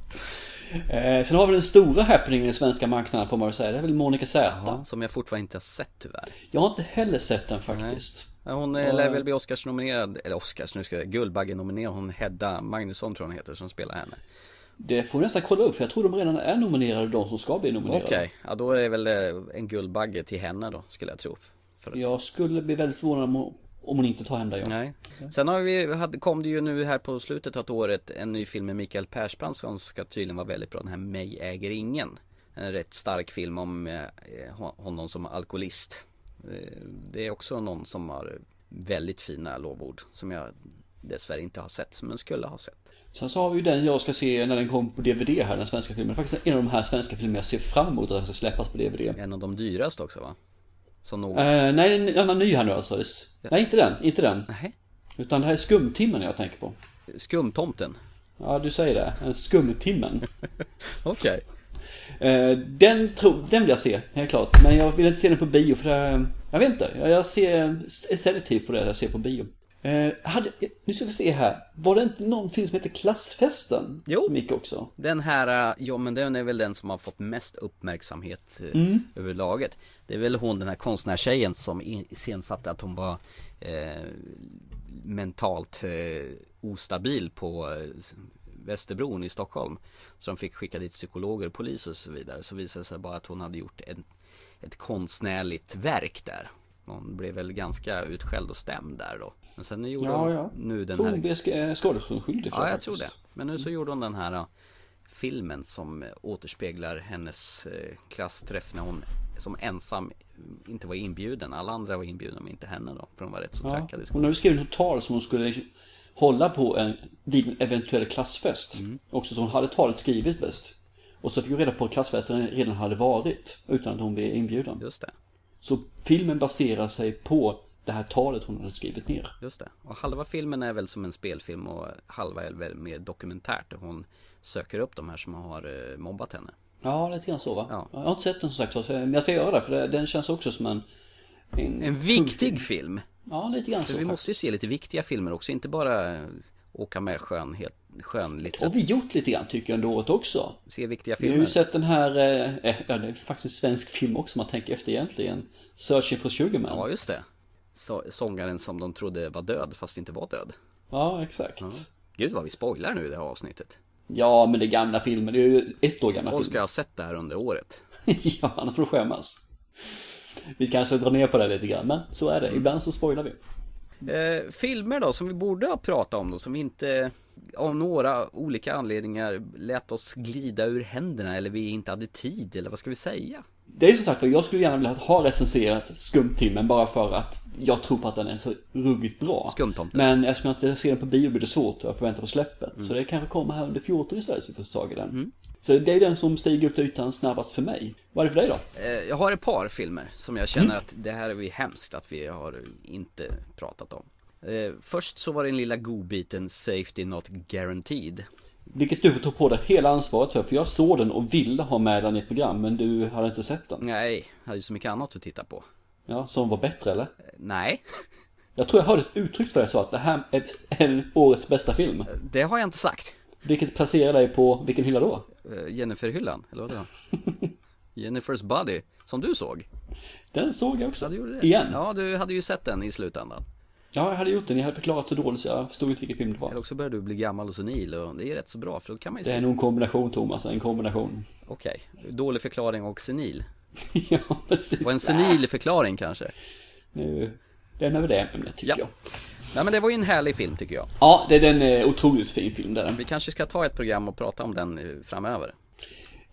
Eh, sen har vi den stora happeningen i den svenska marknaden får man väl säga. Det är väl Monica Z. Ja, som jag fortfarande inte har sett tyvärr. Jag har inte heller sett den faktiskt. Nej. Hon eh, lär väl bli Oscars nominerad, eller Oscars, nu ska jag Guldbagge nominerad. Hon Hedda Magnusson tror hon heter som spelar henne. Det får vi nästan kolla upp för jag tror de redan är nominerade, de som ska bli nominerade. Okej, okay. Ja då är det väl eh, en Guldbagge till henne då skulle jag tro. För... Jag skulle bli väldigt förvånad om, om hon inte tar hem det. Ja. Nej. Sen har vi, hade, kom det ju nu här på slutet av året en ny film med Mikael Persbrandt som ska tydligen vara väldigt bra. Den här Mig äger ingen. En rätt stark film om eh, honom som alkoholist. Eh, det är också någon som har väldigt fina lovord som jag dessvärre inte har sett men skulle ha sett. Sen så har vi ju den jag ska se när den kommer på D V D här, den svenska filmen. Faktiskt en av de här svenska filmerna jag ser fram emot att den ska släppas på D V D. En av de dyraste också va? Som någon... Uh, nej, en annan ny här nu alltså. Ja. Nej, inte den, inte den. Nej. Utan det här är Skumtimmen jag tänker på. Skumtomten? Ja, du säger det. En Skumtimmen. Okej. Okay. Uh, den, tro, den vill jag se, helt klart. Men jag vill inte se den på bio för det, jag vet inte. Jag ser, är selektiv på det jag ser på bio. Uh, hade, nu ska vi se här. Var det inte någon film som heter Klassfesten? Jo. Som gick också? Den här, ja men den är väl den som har fått mest uppmärksamhet mm. överlaget. Det är väl hon, den här konstnärstjejen som iscensatte att hon var eh, mentalt eh, ostabil på eh, Västerbron i Stockholm. Så de fick skicka dit psykologer, poliser och så vidare. Så visade det sig bara att hon hade gjort en, ett konstnärligt verk där. Hon blev väl ganska utskälld och stämd där då. Men sen gjorde ja, hon ja. nu den hon här... blev skadeståndsskyldig för Ja, jag faktiskt. tror det. Men nu så gjorde hon den här uh, filmen som återspeglar hennes uh, klassträff när hon som ensam inte var inbjuden. Alla andra var inbjudna men inte henne då. För hon var rätt så ja. trackad i skolan. Hon hade skrivit ett tal som hon skulle hålla på en, vid en eventuell klassfest. Mm. Också så hon hade talet skrivit bäst. Och så fick hon reda på att klassfesten redan hade varit utan att hon blev inbjuden. Just det. Så filmen baserar sig på det här talet hon hade skrivit ner. Just det. Och halva filmen är väl som en spelfilm och halva är väl mer dokumentärt. Hon söker upp de här som har eh, mobbat henne. Ja, lite grann så va? Ja. Jag har inte sett den som sagt, men jag ska göra det för det, den känns också som en... En, en viktig film. film. Ja, lite grann för så vi faktiskt. Måste ju se lite viktiga filmer också, inte bara åka med skönhet, skönlitteratur. Och vi gjort lite grann tycker jag ändå åt också. Se viktiga filmer. Vi har ju sett den här, eh, ja det är faktiskt svensk film också man tänker efter egentligen. Searching for Sugar Man. Ja, just det. Så, sångaren som de trodde var död fast inte var död. Ja, exakt. Ja. Gud vad vi spoilar nu i det här avsnittet. Ja, men det är gamla filmer, det är ju ett år gamla Folk filmer. ska ha sett det här under året. Ja, annars får du skämmas. Vi kanske drar ner på det lite grann, men så är det. Ibland så spoilar vi. Eh, filmer då som vi borde ha pratat om då, som vi inte av några olika anledningar lät oss glida ur händerna eller vi inte hade tid, eller vad ska vi säga? Det är som sagt, jag skulle gärna vilja ha recenserat Skumtimmen bara för att jag tror på att den är så ruggigt bra. Skumtomten. Men eftersom jag inte ser den på bio blir det svårt att förvänta på släppet. Mm. Så det kanske kommer här under fjorton istället så vi får tag i den. Mm. Så det är den som stiger upp till ytan snabbast för mig. Vad är det för dig då? Eh, jag har ett par filmer som jag känner mm. att det här är vi hemskt att vi har inte pratat om. Eh, först så var det den lilla godbiten Safety Not Guaranteed. Vilket du får ta på dig hela ansvaret för. För jag såg den och ville ha med den i ett program. Men du hade inte sett den. Nej, jag hade ju så mycket annat att titta på. Ja, som var bättre eller? Eh, nej. Jag tror jag hörde ett uttryck för det så att det här är en årets bästa film. Det har jag inte sagt. Vilket placerar dig på vilken hylla då? Eh, Jennifer-hyllan, eller vad det var? Jennifer's Body, som du såg. Den såg jag också. Ja, du gjorde det. Igen. Ja, du hade ju sett den i slutändan. Ja, jag hade gjort den. Jag hade förklarat så dåligt så jag förstod inte vilken film det var. Eller också börjar du bli gammal och senil och det är rätt så bra för då kan man ju det se. är nog en kombination, Thomas, en kombination. Okej, okay. Dålig förklaring och senil. Ja, precis. Och en senil förklaring kanske. Nu, den är väl det ämnet tycker ja. jag. Nej, men det var ju en härlig film tycker jag. Ja, det är en otroligt fin film där. Vi kanske ska ta ett program och prata om den framöver.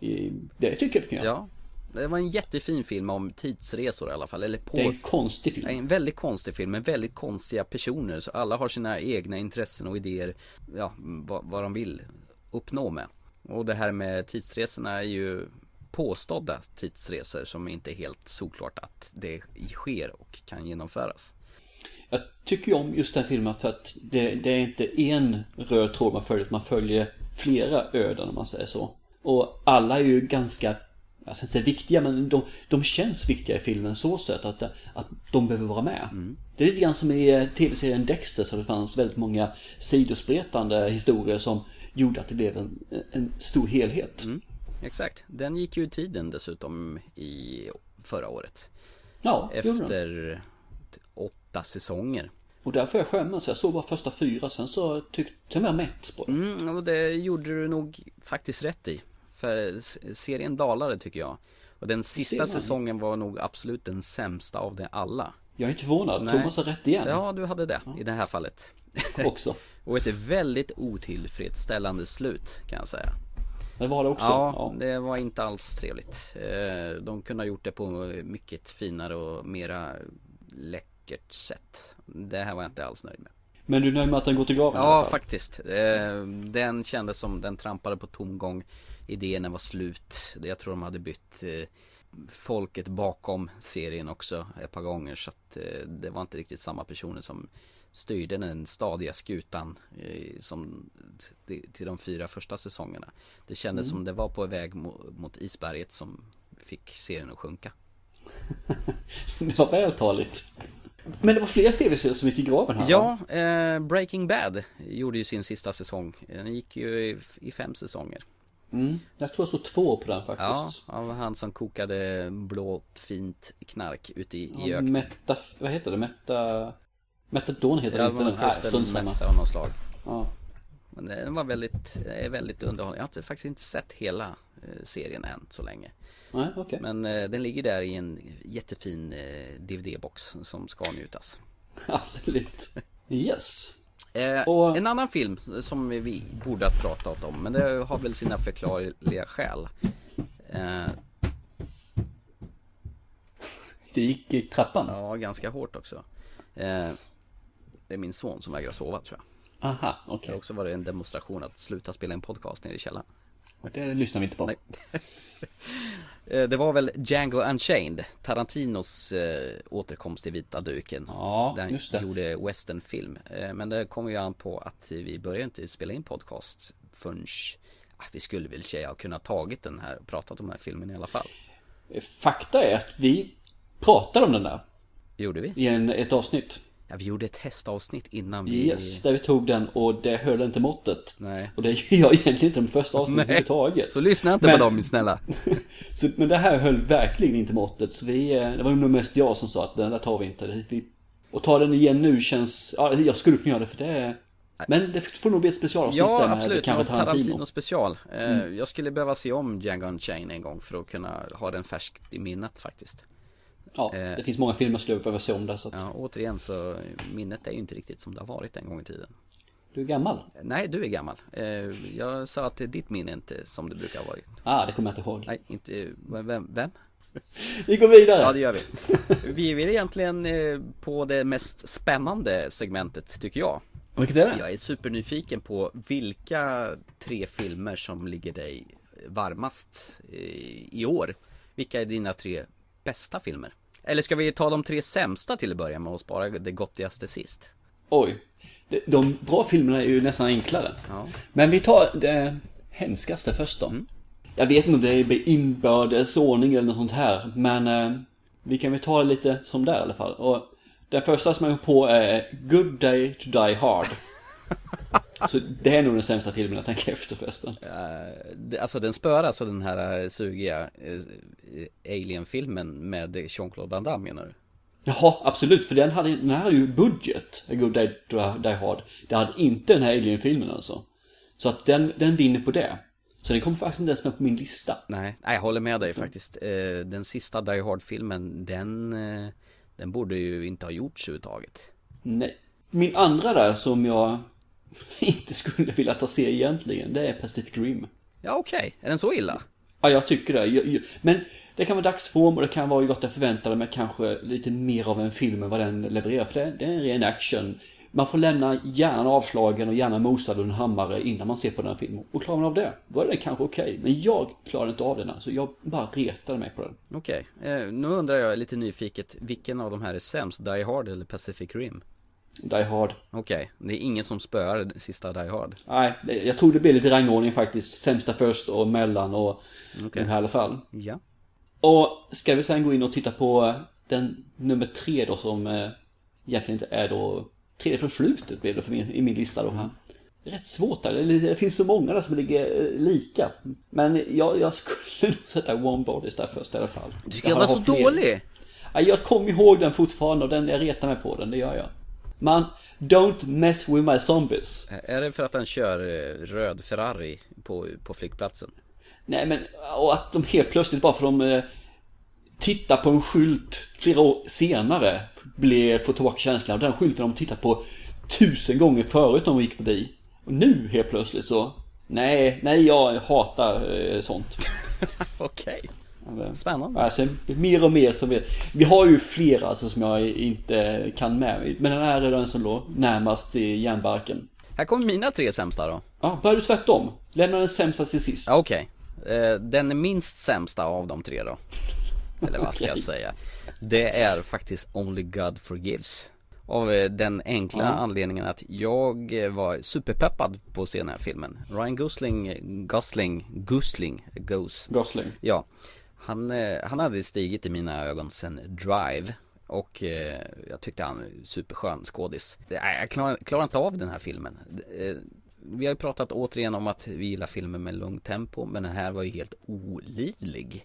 Det tycker jag. Ja, det var en jättefin film om tidsresor i alla fall. Eller på... Det är en konstig film. En väldigt konstig film med väldigt konstiga personer. Så alla har sina egna intressen och idéer, ja, vad, vad de vill uppnå med. Och det här med tidsresorna är ju påstådda tidsresor som inte är helt såklart att det sker och kan genomföras. Jag tycker om just den filmen för att det, det är inte en röd tråd man följer, man följer flera öden om man säger så. Och alla är ju ganska, jag ska inte säga viktiga, men de, de känns viktiga i filmen så sätt att, att de behöver vara med. Mm. Det är lite grann som i tv-serien Dexter, så det fanns väldigt många sidospretande historier som gjorde att det blev en, en stor helhet. Mm. Exakt, den gick ju i tiden dessutom i förra året. Ja, efter åtta säsonger. Och därför jag skämmas, jag såg bara första fyra, sen så tyckte jag mätt på det. Mm, och det gjorde du nog faktiskt rätt i. För serien dalade tycker jag. Och den sista säsongen var nog absolut den sämsta av det alla. Jag är inte förvånad, Nej. Thomas har rätt igen. Ja, du hade det ja. I det här fallet. Också. Och ett väldigt otillfredsställande slut kan jag säga. Det var det också. Ja, ja, det var inte alls trevligt. De kunde ha gjort det på mycket finare och mera läckert sätt. Det här var jag inte alls nöjd med. Men du är nöjd med att den går till graven? Ja, faktiskt. Den kändes som den trampade på tomgång. Idén var slut. Jag tror de hade bytt folket bakom serien också ett par gånger. Så att det var inte riktigt samma personer som styrde den stadiga skutan som till de fyra första säsongerna. Det kändes mm. som det var på väg mot isberget som fick serien att sjunka. Det var vältaligt. Men det var fler serier som gick i graven här. Ja, eh, Breaking Bad gjorde ju sin sista säsong. Den gick ju i, i fem säsonger. Mm. Jag tror jag såg två på den faktiskt. Ja, av han som kokade blått fint knark ute i, ja, i öknen. Meta, vad heter det? Meta, Metadon heter ja, det inte den här. Meta av något slag. Ja. Men den var väldigt, väldigt underhållande. Jag har inte, faktiskt inte sett hela eh, serien än så länge. Nej, okay. Men eh, den ligger där i en jättefin eh, D V D-box som ska njutas. Absolut. Yes. Eh, och... En annan film som vi borde ha pratat om, men det har väl sina förklarliga skäl. Eh... Det gick i trappan? Ja, ganska hårt också. Eh... Det är min son som vägrar sova, tror jag. Aha, okej. Okay. Det har också varit en demonstration att sluta spela en podcast nere i källaren. Det lyssnar vi inte på. Nej. Det var väl Django Unchained, Tarantinos eh, återkomst till vita duken. Ja, den just det. Gjorde westernfilm. Eh, men det kommer ju an på att vi började inte spela in podcast förrän ah, vi skulle väl säga ha kunnat tagit den här och pratat om den här filmen i alla fall. Fakta är att vi pratade om den där. Gjorde vi? I en, ett avsnitt. Ja, vi gjorde ett testavsnitt innan vi... Yes, där vi tog den och det höll inte måttet. Nej. Och det gör jag egentligen inte de första avsnittet överhuvudtaget. Så lyssna inte men, på dem, snälla. så, men det här höll verkligen inte måttet. Så vi, det var nog mest jag som sa att den där tar vi inte. Vi, och ta den igen nu känns... Ja, jag skulle kunna göra det för det är... Men det får nog bli ett specialavsnitt. Ja, där med absolut. Tarantino. Tarantino special. Mm. Jag skulle behöva se om Django Unchained en gång för att kunna ha den färskt i minnet faktiskt. Ja, det eh, finns många filmer som jag behöver se om det så att... Ja, återigen så minnet är ju inte riktigt som det har varit en gång i tiden. Du är gammal? Nej, du är gammal. Jag sa att ditt minne inte som det brukar ha varit. Ah, det kommer jag inte ihåg. Nej, inte... Vem? vem? Vi går vidare. Ja, det gör vi. Vi vill egentligen på det mest spännande segmentet, tycker jag. Vilket är det? Jag är supernyfiken på vilka tre filmer som ligger dig varmast i år. Vilka är dina tre bästa filmer? Eller ska vi ta de tre sämsta till att börja med och spara det gottigaste sist? Oj, de, de bra filmerna är ju nästan enklare. Ja. Men vi tar det hemskaste först då. Mm. Jag vet inte om det är inbördes ordning eller något sånt här. Men eh, vi kan väl ta det lite som där i alla fall. Och den första som jag är på är Good Day to Die Hard. Så det är nog den sämsta filmen jag tänker efter förresten. Uh, alltså den spör alltså den här sugiga uh, Alien-filmen med Jean-Claude Van Damme, menar du? Jaha, absolut. För den hade, den här hade ju budget, A Good Day to Die Hard. Det hade inte den här Alien-filmen alltså. Så att den, den vinner på det. Så den kommer faktiskt inte ens med på min lista. Nej, nej jag håller med dig faktiskt. Uh, den sista Die Hard-filmen, den, uh, den borde ju inte ha gjorts överhuvudtaget. Nej. Min andra där som jag inte skulle vilja ta se egentligen, det är Pacific Rim. Ja, okej. Okay. Är den så illa? Ja, jag tycker det. Jag, jag, men det kan vara dagsform och det kan vara gott jag förväntade mig kanske lite mer av en film än vad den levererar. För det, det är en ren action. Man får lämna hjärnan avslagen och gärna mosad och en hammare innan man ser på den här filmen. Och klarar man av det, då är det kanske okej. Okay. Men jag klarar inte av den, så jag bara retade mig på den. Okej, okay. eh, nu undrar jag lite nyfiket, vilken av de här är sämst? Die Hard eller Pacific Rim? Die Hard. Okej, okay. Det är ingen som spöar sista Die Hard. Nej, jag tror det blir lite rangordning faktiskt. Sämsta först och mellan och okay. Den här i alla fall. Ja. Och ska vi sen gå in och titta på den nummer tre då som eh, egentligen inte är då tredje från slutet blev det för min, i min lista då här. Rätt svårt där, det finns så många där som ligger eh, lika. Men jag, jag skulle nog sätta Warm Bodies där först i alla fall. Du tycker jag, jag var så fler. Dålig? Ja, jag kommer ihåg den fortfarande och den, jag retar mig på den, det gör jag. Man, don't mess with my zombies. Är det för att han kör röd Ferrari på, på flygplatsen? Nej, men och att de helt plötsligt bara för de eh, tittar på en skylt flera år senare blir får tillbaka känslan. Och den skylten de tittat på tusen gånger förut de gick förbi. Och nu helt plötsligt så nej, nej jag hatar eh, sånt. Okej. Spännande. Alltså, mer och mer som vi Vi har ju flera alltså, som jag inte kan med. Men den här är den som låg närmast i järnbarken. Här kommer mina tre sämsta då. Ja, börjar du tvärtom. Lämna den sämsta till sist. Okej, okay. Den är minst sämsta av de tre då. Eller vad ska okay. jag säga. Det är faktiskt Only God Forgives. Av den enkla mm. anledningen att jag var superpeppad på att se den här filmen. Ryan Gosling Gosling Gosling Gos. Gosling. Ja. Han, han hade stigit i mina ögon sen Drive. Och eh, jag tyckte han superskön skådis. Jag klarar, klarar inte av den här filmen. Eh, vi har ju pratat återigen om att vi gillar filmer med långt tempo. Men den här var ju helt olidlig.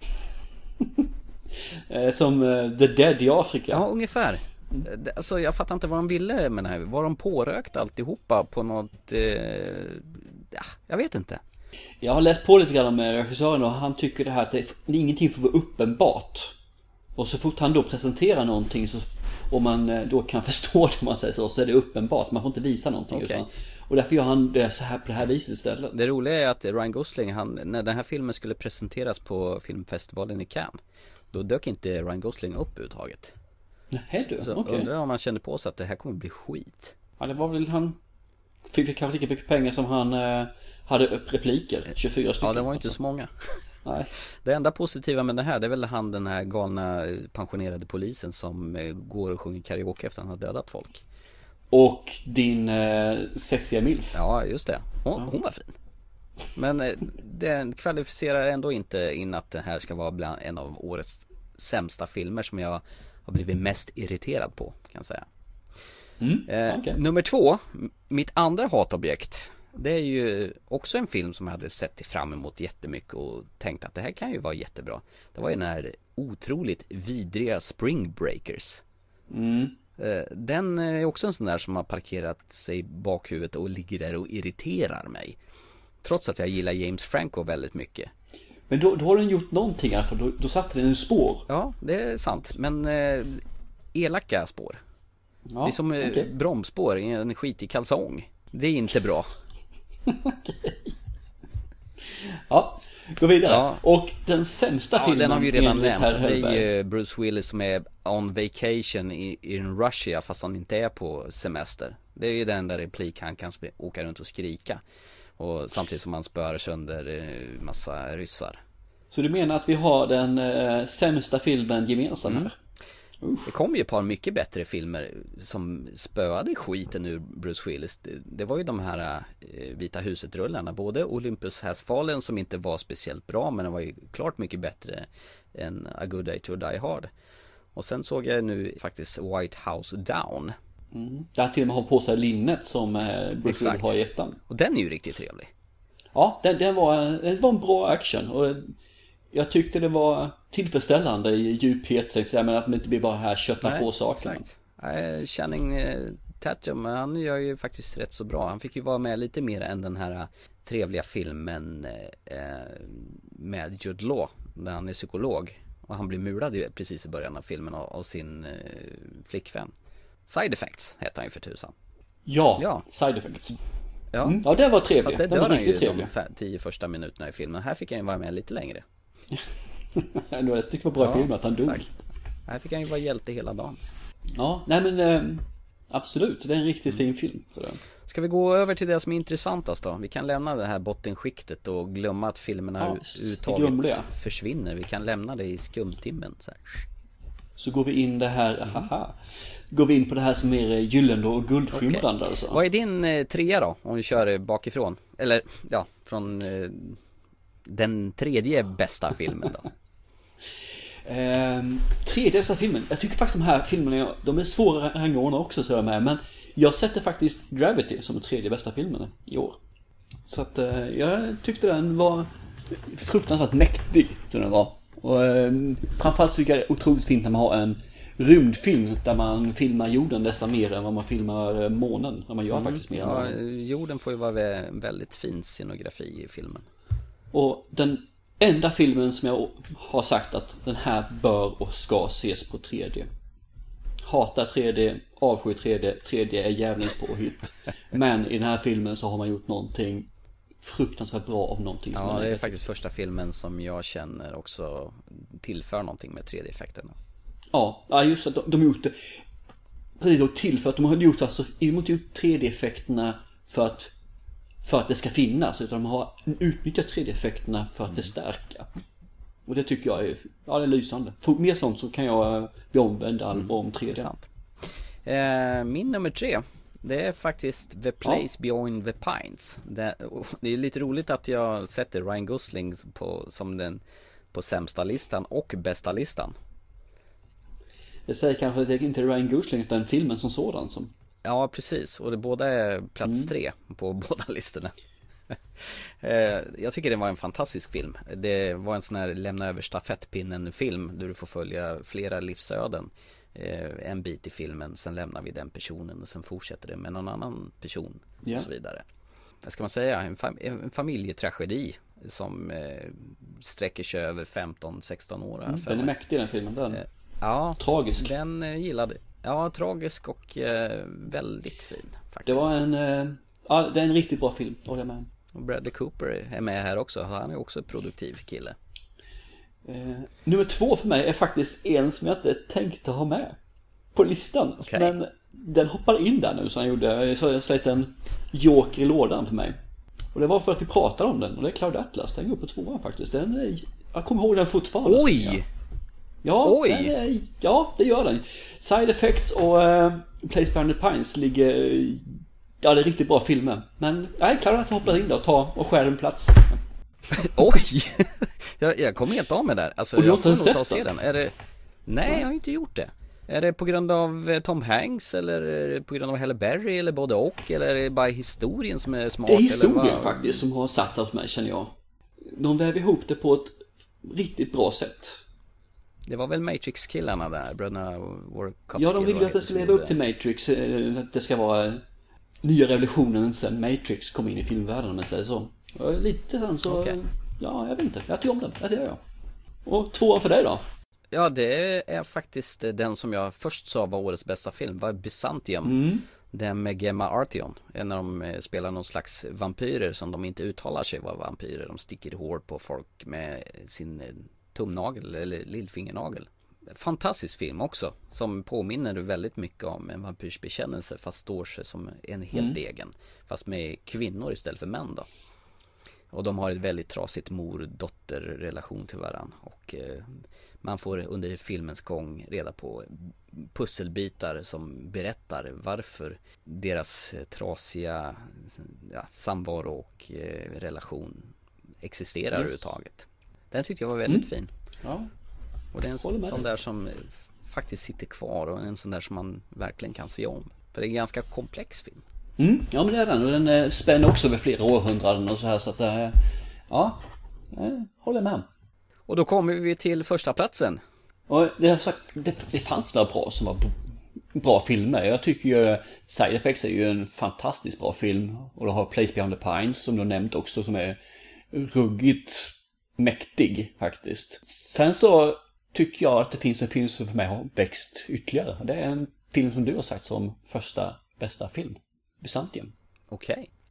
Som uh, The Dead i Afrika. Ja, ungefär. Mm. Alltså jag fattar inte vad de ville med den här. Var de pårökt alltihopa på något eh, ja, jag vet inte. Jag har läst på lite grann med regissören och han tycker det här att det, ingenting får vara uppenbart. Och så fort han då presenterar någonting så, och man då kan förstå det man säger så, så är det uppenbart. Man får inte visa någonting okay. utan, och därför gör han det så här på det här viset istället. Det roliga är att Ryan Gosling, han, när den här filmen skulle presenteras på filmfestivalen i Cannes, då dök inte Ryan Gosling upp överhuvudtaget. Nej, du. Så okay. undrar om han kände på sig att det här kommer bli skit. Ja, det var väl han fick kanske lika mycket pengar som han eh, hade upp repliker, tjugofyra stycken. Ja, det var inte alltså. så många. Nej. Det enda positiva med det här, det är väl han, den här galna pensionerade polisen som går och sjunger karaoke efter att han har dödat folk. Och din eh, sexiga milf. Ja, just det. Hon, ja. hon var fin. Men eh, den kvalificerar ändå inte in att det här ska vara bland en av årets sämsta filmer som jag har blivit mest irriterad på, kan jag säga. Mm, eh, okay. Nummer två, mitt andra hatobjekt. Det är ju också en film som jag hade sett fram emot jättemycket och tänkt att det här kan ju vara jättebra. Det var ju den här otroligt vidriga Spring Breakers. Mm. Den är också en sån där som har parkerat sig i bakhuvudet och ligger där och irriterar mig. Trots att jag gillar James Franco väldigt mycket. Men då, då har den gjort någonting i alla fall. Då, då satte den en spår. Ja, det är sant. Men eh, elaka spår. Ja, det är som eh, okay. bromsspår i en skitig kalsong. Det är inte bra. Okay. Ja, gå vidare. Ja. Och den sämsta ja, filmen, den har vi ju redan nämnt. Det är ju Bruce Willis som är on vacation i, i Russia fast han inte är på semester. Det är ju den där replik han kan sp- åka runt och skrika. Och samtidigt som han spör sönder eh, massa ryssar. Så du menar att vi har den eh, sämsta filmen gemensam här? Mm. Uff. Det kom ju ett par mycket bättre filmer som spöade skiten ur Bruce Willis. Det, det var ju de här eh, Vita huset-rullarna. Både Olympus Has Fallen som inte var speciellt bra, men det var ju klart mycket bättre än A Good Day to Die Hard. Och sen såg jag nu faktiskt White House Down. Mm. Där till och med har på sig linnet som eh, Bruce Exakt. Willis har i ettan. Och den är ju riktigt trevlig. Ja, den, den var, det var en bra action. Och jag tyckte det var tillfredsställande i djuphet, men att man inte blir bara här kötta på sakerna. Nej, Channing eh, Tatum, han gör ju faktiskt rätt så bra. Han fick ju vara med lite mer än den här trevliga filmen eh, med Jude Law, där han är psykolog. Och han blir murad ju precis i början av filmen av, av sin eh, flickvän. Side Effects heter han ju för tusan. Ja, ja, Side Effects. Ja, mm. ja det var trevligt. Fast det den var dör riktigt han ju trevlig. de tio första minuterna i filmen. Här fick han ju vara med lite längre. Det var ett stycke bra Ja, film att han dog. exakt. Här fick han ju vara hjälte hela dagen. Ja, nej men eh, absolut, det är en riktigt fin film. Så det. Ska vi gå över till det som är intressantast då? Vi kan lämna det här bottenskiktet och glömma att filmerna Ja, överhuvudtaget försvinner. Vi kan lämna det i skumtimmen så här. Så går vi in det här, haha, går vi in på det här som är gyllene och guldskimrande Okay. alltså. Vad är din eh, trea då? Om vi kör bakifrån. Eller ja, från eh, den tredje bästa filmen då. eh, tredje bästa filmen. Jag tycker faktiskt de här filmerna, de är svåra att rangordna också så jag med. Men jag sätter faktiskt Gravity som den tredje bästa filmen i år. Så att eh, jag tyckte den var fruktansvärt mäktig. Den var. Och eh, framförallt tycker jag det är otroligt fint när man har en rymdfilm där man filmar jorden nästan mer än vad man filmar månen. När man gör mm, faktiskt mer. Ja, jorden får ju vara väldigt fin scenografi i filmen. Och den enda filmen som jag har sagt att den här bör och ska ses på tre D. Hatar tre D, avskyr tre D, tre D är jävligt påhitt. Men i den här filmen så har man gjort någonting fruktansvärt bra av någonting som ja, det är faktiskt första filmen som jag känner också tillför någonting med tre D-effekterna. Ja, just att de, de har gjort det precis då tillför att de har gjort alltså, de har inte gjort tre D-effekterna för att för att det ska finnas, utan de har utnyttjat tre D-effekterna för att förstärka. Och det tycker jag är, ja, det är lysande. För mer sånt så kan jag bli omvänd all om tre D. Eh, min nummer tre, det är faktiskt The Place ja. Beyond the Pines. Det, det är lite roligt att jag sätter Ryan Gosling på, som den på sämsta listan och bästa listan. Det säger kanske att det inte är Ryan Gosling utan filmen som sådan som... Ja, precis. Och det båda är plats mm. tre på båda listorna. Jag tycker det var en fantastisk film. Det var en sån här lämna över stafettpinnen film där du får följa flera livsöden. En bit i filmen, sen lämnar vi den personen och sen fortsätter det med någon annan person yeah. och så vidare. Vad ska man säga? En, fam- en familjetragedi som eh, sträcker sig över femton sexton år. Mm, den är mäktig den filmen. Den. Eh, ja, tragisk. Den eh, gillade Ja, tragisk och eh, väldigt fin faktiskt. Det var en eh, ja, det är en riktigt bra film, håller jag med. Och Bradley Cooper är med här också. Han är också en produktiv kille. Eh, nummer två för mig är faktiskt en som jag inte tänkte ha med på listan. Okay. Men den hoppar in där nu, så han gjorde så jag släppte en joker i lådan för mig. Och det var för att vi pratade om den. Och det är Cloud Atlas, den går på tvåan faktiskt. Den är, jag kommer ihåg den fortfarande. Oj! Ja, Oj. Den är, ja, det gör den. Side Effects och uh, Place Beyond the Pines ligger... Ja, det är riktigt bra filmer. Men nej, Cloud Atlas hoppar in där och tar och skär en plats. Oj! jag, jag kommer helt av med där. Alltså, och du har jag får inte nog ta och sett se den. Är det... Nej, jag har inte gjort det. Är det på grund av Tom Hanks eller är det på grund av Halle Berry eller både och, eller är det bara historien som är smart? Det är historien eller faktiskt som har satsat mig, känner jag. De väver ihop det på ett riktigt bra sätt. Det var väl Matrix-killarna där, bröderna Wachowski. Ja, de vill ju att det ska leva upp till Matrix. Att det ska vara nya revolutionen sen Matrix kom in i filmvärlden, om man säger så. Lite sen så, okay. Ja, jag vet inte. Jag tycker om den, ja, det gör jag. Och tvåan för dig då? Ja, det är faktiskt den som jag först sa var årets bästa film, var Byzantium. Mm. Den med Gemma Arterton. När de spelar någon slags vampyrer som de inte uttalar sig vara vampyrer. De sticker hår på folk med sin tumnagel eller lillfingernagel. Fantastisk film också, som påminner väldigt mycket om en vampyrs bekännelse, fast står sig som en helt mm. egen, fast med kvinnor istället för män då. Och de har ett väldigt trasigt mor-dotter-relation till varandra. Och eh, man får under filmens gång reda på pusselbitar som berättar varför deras trasiga ja, samvaro och eh, relation existerar yes. överhuvudtaget. Den tyckte jag var väldigt mm. fin. Ja. Och det är en sån, sån där som faktiskt sitter kvar och en sån där som man verkligen kan se om. För det är en ganska komplex film. Mm, ja, men det är den. Och den spänner också över flera århundraden och så här, så att det, ja, jag håller med. Och då kommer vi till första platsen. Och det, har sagt, det, det fanns några bra som var bra filmer. Jag tycker ju Side Effects är ju en fantastiskt bra film. Och du har Place Beyond the Pines som du har nämnt också, som är ruggigt mäktig faktiskt. Sen så tycker jag att det finns en film som för mig har växt ytterligare. Det är en film som du har sagt som första bästa film. Byzantium. Okej. Okay.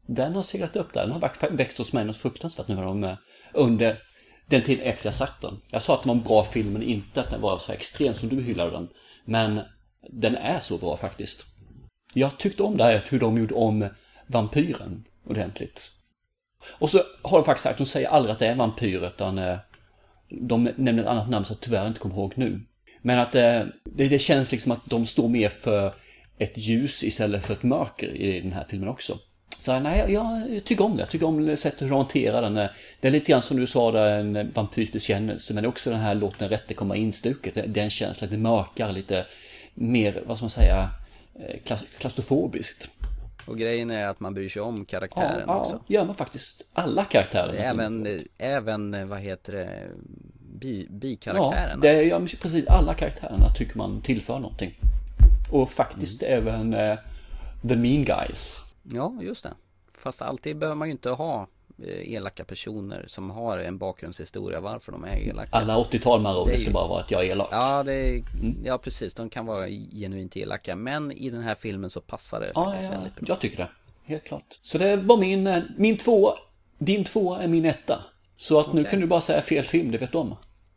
den har seglat upp där. Den har varit- växt hos mig något fruktansvärt nu när de, eh, under den tid efter jag satt den. Jag sa att det var en bra film, men inte att den var så extrem som du hyllade den. Men den är så bra faktiskt. Jag tyckte om det här hur de gjorde om vampyren ordentligt. Och så har de faktiskt sagt, de säger aldrig att det är en vampyr, utan eh, de nämner ett annat namn som jag tyvärr inte kommer ihåg nu. Men att eh, det, det känns liksom att de står mer för ett ljus istället för ett mörker i den här filmen också. Så nej, jag, jag tycker om det. Jag tycker om sättet hur de hanterar den. Det är lite grann som du sa där, en vampyrs bekännelse, men det är också den här låt den rätte komma in stuket. Den känns lite mörkare, lite mer, vad ska man säga, klaus- klaustrofobiskt. Och grejen är att man bryr sig om karaktären ja, också. Ja, gör man faktiskt. Alla karaktärer. Även, även, vad heter det, bi, bikaraktärerna. Ja, det är, ja, precis. Alla karaktärerna tycker man tillför någonting. Och faktiskt mm. även uh, The Mean Guys. Ja, just det. Fast alltid behöver man ju inte ha elaka personer som har en bakgrundshistoria varför de är elaka. Alla åttio-tal man det, det ska bara vara att jag är elak. Ja, det är, mm. ja, precis. De kan vara genuint elaka. Men i den här filmen så passar det ja, faktiskt ja, väldigt bra. Jag tycker det. Helt klart. Så det var min, min två. Din två är min etta. Så att okay. Nu kan du bara säga fel film, det vet du om.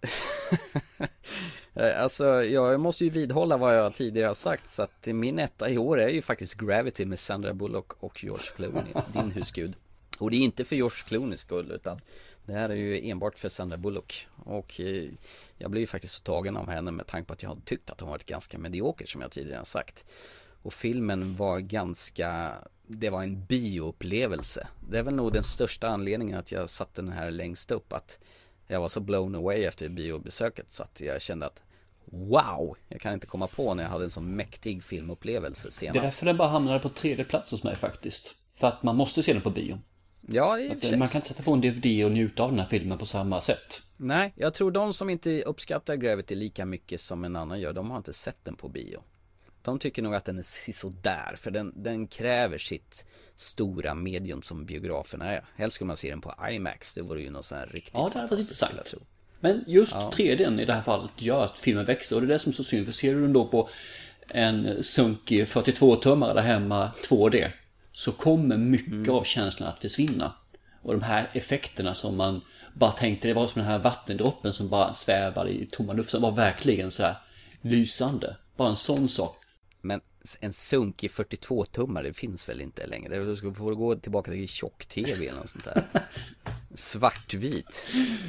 Alltså, jag måste ju vidhålla vad jag tidigare har sagt. Så att min etta i år är ju faktiskt Gravity med Sandra Bullock och George Clooney. Din husgud. Och det är inte för George Clooneys skull, utan det här är ju enbart för Sandra Bullock. Och eh, jag blev ju faktiskt så tagen av henne med tanke på att jag hade tyckt att hon varit ganska medioker, som jag tidigare har sagt. Och filmen var ganska, det var en bioupplevelse. Det är väl nog den största anledningen att jag satte den här längst upp, att jag var så blown away efter biobesöket, så att jag kände att wow, jag kan inte komma på när jag hade en så mäktig filmupplevelse senast. Det är därför den bara hamnade på tredje plats hos mig faktiskt. För att man måste se den på bio. Ja, i att man kan inte sätta på en D V D och njuta av den här filmen på samma sätt. Nej, jag tror de som inte uppskattar Gravity lika mycket som en annan gör, de har inte sett den på bio. De tycker nog att den är så där, för den, den kräver sitt stora medium som biograferna är. Helst skulle man se den på IMAX, det vore ju något sån här riktigt. Ja, det hade varit intressant. Men just ja. tre D i det här fallet gör att filmen växer, och det är det som är så synd. För ser du den då på en sunkig fyrtiotvå-tummare där hemma två D, så kommer mycket mm. av känslan att försvinna. Och de här effekterna som man bara tänkte, det var som den här vattendroppen som bara svävade i tomma luften, var verkligen så här lysande. Bara en sån sak. Men en sunkig fyrtiotvå-tummare, det finns väl inte längre? Du ska få gå tillbaka till tjock-tv eller något sånt där. Svartvit.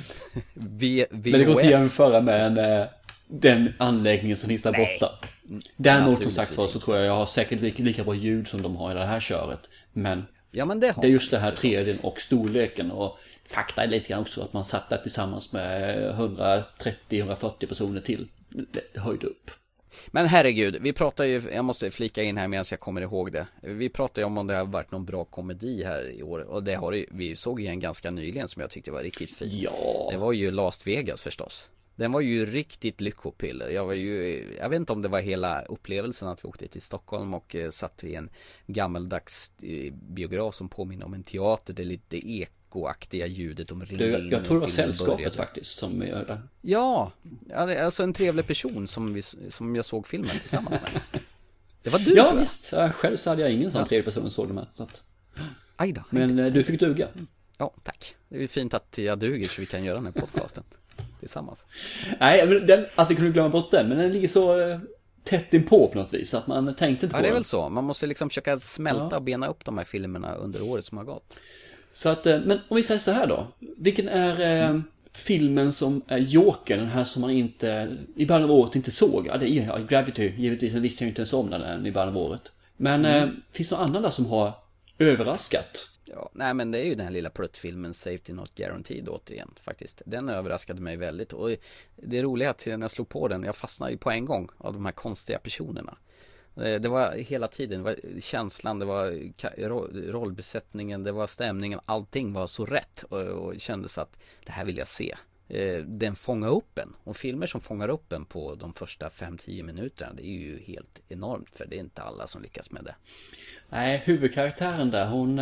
v- V O S. Men det går inte att jämföra med en, den anläggningen som finns där Nej. borta. Däremot som sagt så tror jag jag har säkert lika, lika bra ljud som de har i det här köret. Men, ja, men det, det är just det här tre D och storleken. Och fakta är lite grann också att man satt där tillsammans med hundratrettio till hundrafyrtio personer till. Det höjde upp. Men herregud, vi pratar ju, jag måste flika in här medan jag kommer ihåg det. Vi pratar ju om om det har varit någon bra komedi här i år. Och det har vi såg ju en ganska nyligen som jag tyckte var riktigt fin. Ja. Det var ju Las Vegas förstås. Den var ju riktigt lyckopiller. Jag var ju, jag vet inte om det var hela upplevelsen att vi åkte till Stockholm och eh, satt i en gammaldags eh, biograf som påminner om en teater. Det är lite ekoaktiga ljudet. De ringde du, in jag tror det var sällskapet började. Faktiskt som gör det. Ja, alltså en trevlig person som, vi, som jag såg filmen tillsammans med. Det var du, ja, visst. Själv så hade jag ingen sån ja. trevlig person som såg det med. Så att... Aj då, Men aj då. du fick duga. Ja, tack. Det är fint att jag duger så vi kan göra den här podcasten tillsammans. Nej, men den, att vi kunde glömma bort den. Men den ligger så eh, tätt inpå på något vis att man tänkte inte på Ja, det är den. väl så. Man måste liksom försöka smälta Ja. och bena upp de här filmerna under året som har gått. Så att, eh, men om vi säger så här då. Vilken är eh, mm. filmen som är Joker? Den här som man inte i början av året inte såg. Ja, det är ja, Gravity. Givetvis visste jag inte ens om den i början av året. Men mm. eh, finns det någon annan där som har överraskat? Ja, nej men det är ju den här lilla pluttfilmen Safety Not Guaranteed återigen faktiskt. Den överraskade mig väldigt, och det är roligt att när jag slog på den, jag fastnade ju på en gång av de här konstiga personerna. Det var hela tiden, det var känslan, det var rollbesättningen, det var stämningen, allting var så rätt och, och kändes att det här vill jag se. Den fångar upp en, och filmer som fångar upp en på de första fem till tio minuterna, det är ju helt enormt, för det är inte alla som lyckas med det. Nej, huvudkaraktären där, hon,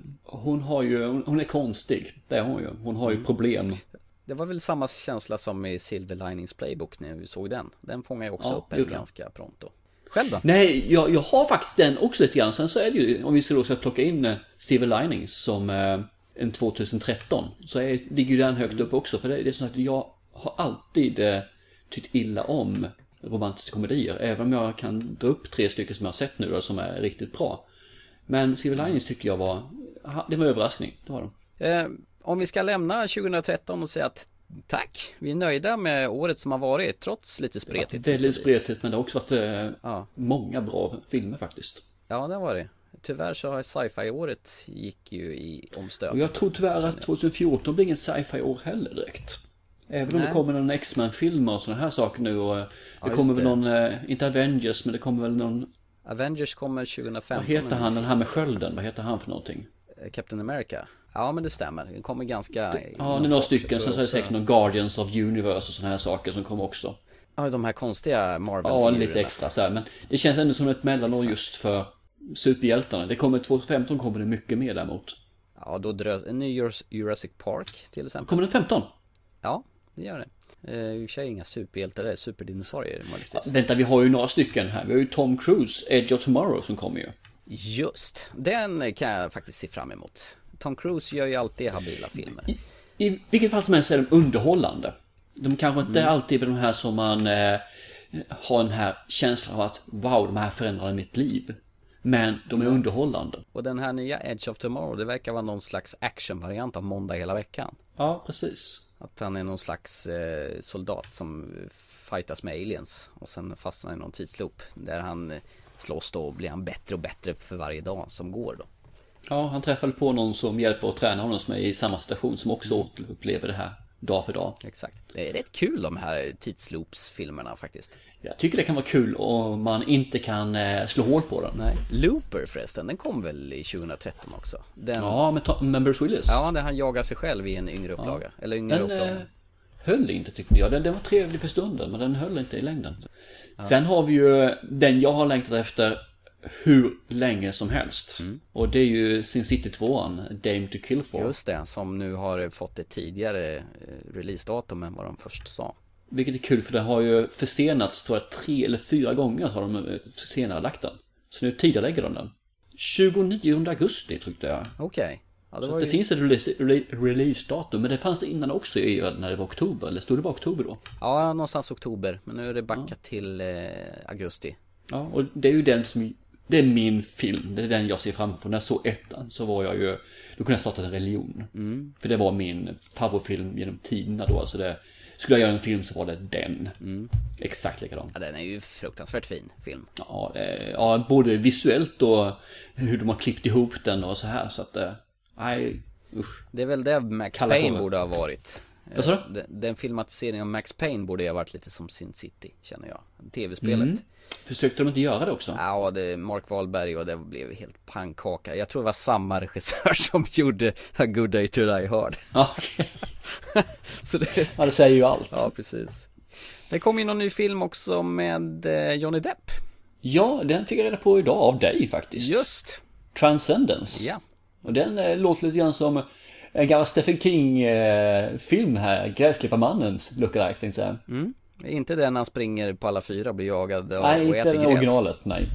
hon har ju, hon är konstig, det är hon ju, hon har ju problem. Det var väl samma känsla som i Silver Linings Playbook när vi såg den. Den fångar ju också ja, upp en ganska pronto. Själv då? Nej, jag, jag har faktiskt den också lite grann. Sen så är det ju, om vi ska då ska plocka in uh, Silver Linings som uh, en tjugohundratretton, så är, ligger ju den högt upp också. För det, det är så att jag har alltid uh, tyckt illa om romantiska komedier. Även om jag kan dra upp tre stycken som jag har sett nu då, som är riktigt bra. Men Silver Linings tycker jag var, det var en överraskning. Det var de. Eh, om vi ska lämna tjugohundratretton och säga att tack, vi är nöjda med året som har varit, trots lite spretigt. Det är väldigt spretigt, men det har också varit eh, ja. många bra filmer faktiskt. Ja, det har varit. Tyvärr så har sci-fi-året gick ju i omstöp. Och jag tror tyvärr att tjugohundrafjorton blir ingen sci-fi-år heller direkt. Även om Nej. det kommer någon X-Men-film och sådana här saker nu. Och det ja, kommer väl det. någon, eh, inte Avengers, men det kommer väl någon... Avengers kommer tjugohundrafemton. Vad heter han, den här med skölden? Vad heter han för någonting? Captain America. Ja, men det stämmer. Den kommer ganska... Det, ja, det är några stycken. Sen så är det säkert någon Guardians of Universe och sådana här saker som kommer också. Ja, de här konstiga Marvel. Ja, lite extra så här. Men det känns ändå som ett mellanår just för superhjältarna. Det kommer tjugohundrafemton kommer det mycket mer däremot. Ja, då drös en ny Jurassic Park till exempel. Kommer den femton? Ja, det gör det. Eh, I och för sig inga superhjältar, det är superdinosaurier ja, vänta, vi har ju några stycken här. Vi har ju Tom Cruise, Edge of Tomorrow som kommer ju. Just, den kan jag faktiskt se fram emot. Tom Cruise gör ju alltid habila filmer. I, i vilket fall som helst är de underhållande. De kanske inte mm. alltid är de här som man eh, har den här känslan av att wow, de här förändrade mitt liv. Men de är mm. underhållande. Och den här nya Edge of Tomorrow, det verkar vara någon slags actionvariant av Måndag hela veckan. Ja, precis. Att han är någon slags eh, soldat som fightas med aliens. Och sen fastnar i någon tidsloop. Där han eh, slåss då och blir han bättre och bättre för varje dag som går då. Ja, han träffade på någon som hjälper att träna honom som är i samma station som också mm. upplever det här dag för dag. Exakt. Det är rätt kul de här tidsloops-filmerna faktiskt. Jag tycker det kan vara kul om man inte kan eh, slå hål på den. Nej. Looper förresten, den kom väl i tjugohundratretton också. Den... Ja, med, to- med Bruce Willis. Ja, där han jagar sig själv i en yngre upplaga. Ja. Eller yngre den upplaga. Eh, höll inte tyckte jag. Den, den var trevlig för stunden, men den höll inte i längden. Ja. Sen har vi ju den jag har längtat efter hur länge som helst. Mm. Och det är ju Sin City tvåan, Dame to Kill For. Just det, som nu har fått ett tidigare releasedatum än vad de först sa. Vilket är kul för det har ju försenats, tror jag, tre eller fyra gånger har de senare lagt den. Så nu tidigare de den. tjugonionde augusti tryckte jag. Okej. Okay. Ja, det, det ju... finns ett release, release-datum, men det fanns det innan också i, när det var oktober. Eller stod det bara oktober då? Ja, någonstans oktober. Men nu är det backat ja. till eh, augusti. Ja, och det är ju den som... Det är min film, det är den jag ser framför. När jag såg ettan så var jag ju... Då kunde jag starta en religion. Mm. För det var min favoritfilm genom tiderna då. Alltså det, skulle jag göra en film så var det den. Mm. Exakt likadan. Ja, den är ju fruktansvärt fin film. Ja, det, ja, både visuellt och hur de har klippt ihop den och så här. Så att, nej, usch. Det är väl det Max Payne borde ha varit. Vad sa du? Den, den filmatiseringen av Max Payne borde ha varit lite som Sin City, känner jag. Tv-spelet. Mm. Försökte de inte göra det också? Ja, det är Mark Wahlberg och det blev helt pannkaka. Jag tror det var samma regissör som gjorde A Good Day to Die Hard. Ja, okay. Så det... ja, det säger ju allt. Ja, precis. Det kom in någon ny film också med Johnny Depp. Ja, den fick jag reda på idag av dig faktiskt. Just. Transcendence. Ja. Och den eh, låter lite grann som en gammal Stephen King-film eh, här. Gräsklipparmannens lookalike, tänkte jag. Mm. Inte den han springer på alla fyra och blir jagad och, nej, och äter gräs. Nej, inte originalet, nej.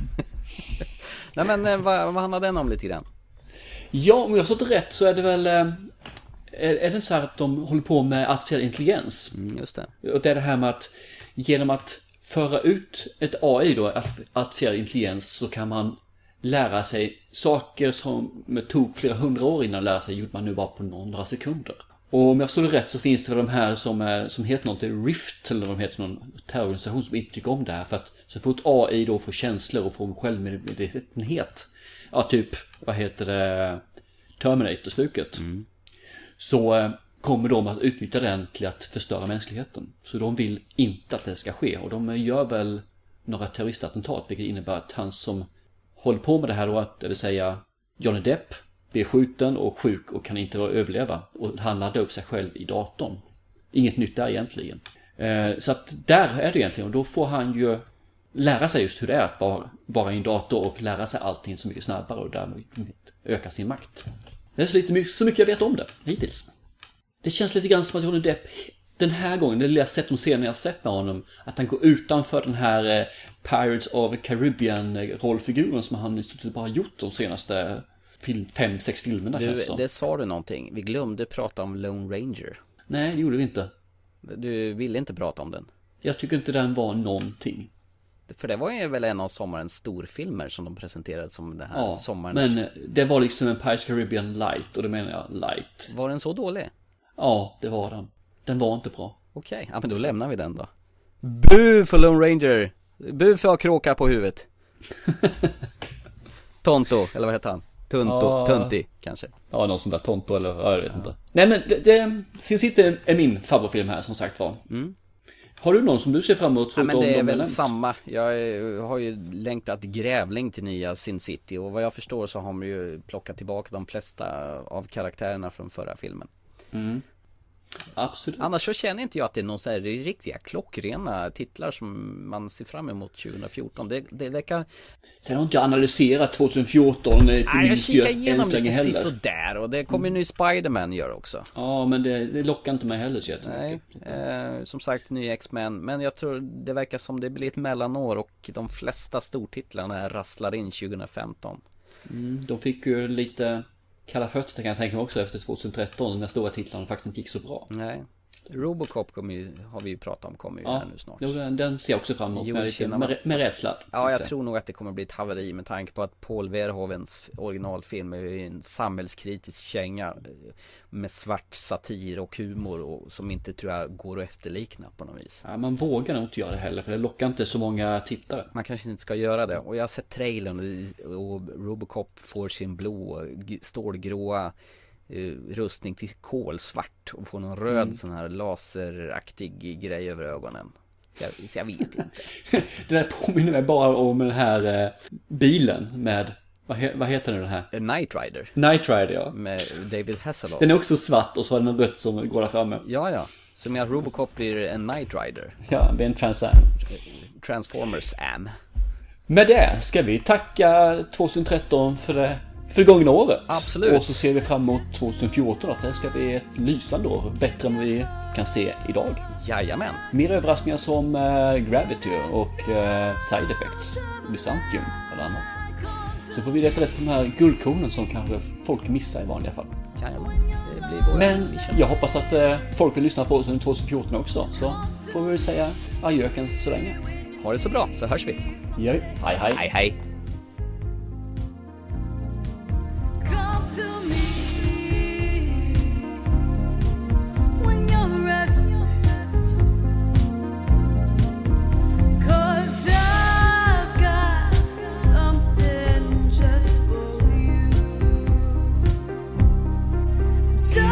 Nej, men vad, vad handlar den om lite grann? Ja, om jag har stått rätt så är det väl... Är, är det så här att de håller på med artificiell intelligens? Mm, just det. Och det är det här med att genom att föra ut ett A I då, artificiell intelligens, så kan man lära sig saker som tog flera hundra år innan att lära sig, gjorde man nu bara på några sekunder. Och om jag förstår det rätt så finns det väl de här som, är, som heter något Rift, eller de heter någon terrororganisation som inte tycker om det här. För att så fort A I då får känslor och får självmedvetenhet, ja typ, vad heter det, Terminator-stuket, mm. så eh, kommer de att utnyttja den till att förstöra mänskligheten. Så de vill inte att det ska ske. Och de gör väl några terroristattentat, vilket innebär att han som håller på med det här då, det vill säga Johnny Depp, blir skjuten och sjuk och kan inte överleva. Och han laddar upp sig själv i datorn. Inget nytt där egentligen. Eh, så att där är det egentligen. Och då får han ju lära sig just hur det är att vara, vara i en dator och lära sig allting så mycket snabbare och därmed öka sin makt. Det är så, lite, så mycket jag vet om det hittills. Det känns lite grann som att Johnny Depp den här gången, det lilla sätt de scener jag sett med honom, att han går utanför den här eh, Pirates of Caribbean rollfiguren som han i stort sett bara gjort de senaste film, fem, sex filmerna. Du, det sa du någonting. Vi glömde prata om Lone Ranger. Nej, det gjorde vi inte. Du ville inte prata om den. Jag tycker inte den var någonting. För det var ju väl en av sommarens storfilmer som de presenterade som det här ja, sommaren. Men det var liksom en Pirates Caribbean light, och det menar jag light. Var den så dålig? Ja, det var den. Den var inte bra. Okej, okay. Ja men då lämnar vi den då. Bu för Lone Ranger. Bu för att kråka på huvudet. Tonto, eller vad heter han? Tunto, ja. Tunti kanske. Ja, någon sån där Tonto eller ja, jag vet ja. inte. Nej men det, det Sin City är min favoritfilm här som sagt var. Mm. Har du någon som du ser fram emot? Ja, men det är väl nämnt? Samma. Jag har ju längtat grävling till nya Sin City. Och vad jag förstår så har man ju plockat tillbaka de flesta av karaktärerna från förra filmen. Mm. Absolut. Annars så känner inte jag att det är någon så här riktiga klockrena titlar som man ser fram emot tjugo fjorton. Det, det verkar... Sen har inte jag analyserat tjugo fjorton. Nej, jag kikar igenom lite sådär. Och det kommer ju mm. ny Spider-Man göra också. Ja, men det, det lockar inte mig heller så Nej, eh, som sagt ny X-Men. Men jag tror det verkar som det blir ett mellanår. Och de flesta stortitlarna rasslar in tjugo femton. Mm, de fick ju lite... kalla fötter kan jag tänka mig också efter tjugo tretton när stora titlarna faktiskt inte gick så bra. Nej. Robocop kommer ju, har vi ju pratat om, kommer ju ja, här nu snart. Jo, den, den ser jag också fram emot med, lite, med, med rädsla. Ja, jag tror nog att det kommer bli ett haveri med tanke på att Paul Verhoevens originalfilm är en samhällskritisk känga med svart satir och humor och som inte tror jag går att efterlikna på något vis. Ja, man vågar nog inte göra det heller för det lockar inte så många tittare. Man kanske inte ska göra det. Och jag har sett trailern och Robocop får sin blå, stålgråa rustning till kolsvart och får någon röd mm. sån här laseraktig grej över ögonen. Så jag, så jag vet inte. Det där påminner mig bara om den här eh, bilen med vad, he, vad heter den här? A Knight Rider. Knight Rider, ja. Med David Hasselhoff. Den är också svart och så har den en rött som går där framme. Ja, ja. Som att Robocop blir en Knight Rider. Ja, det blir en Trans Am. Transformers Am. Med det ska vi tacka tjugo tretton för det för det gångna året. Absolut. Och så ser vi fram emot tjugo fjorton att det ska bli ett lysande år. Bättre än vi kan se idag. Jajamän. Mer överraskningar som uh, Gravity och uh, Side Effects. Byzantium eller annat. Så får vi leta rätt på den här guldkornen som kanske folk missar i vanliga fall. Jajamän. Det blir vår Men mission. Jag hoppas att uh, folk vill lyssna på oss under tjugo fjorton också. Så får vi väl säga adjöken så länge. Ha det så bra, så hörs vi. Ja, hej hej. Hej hej. So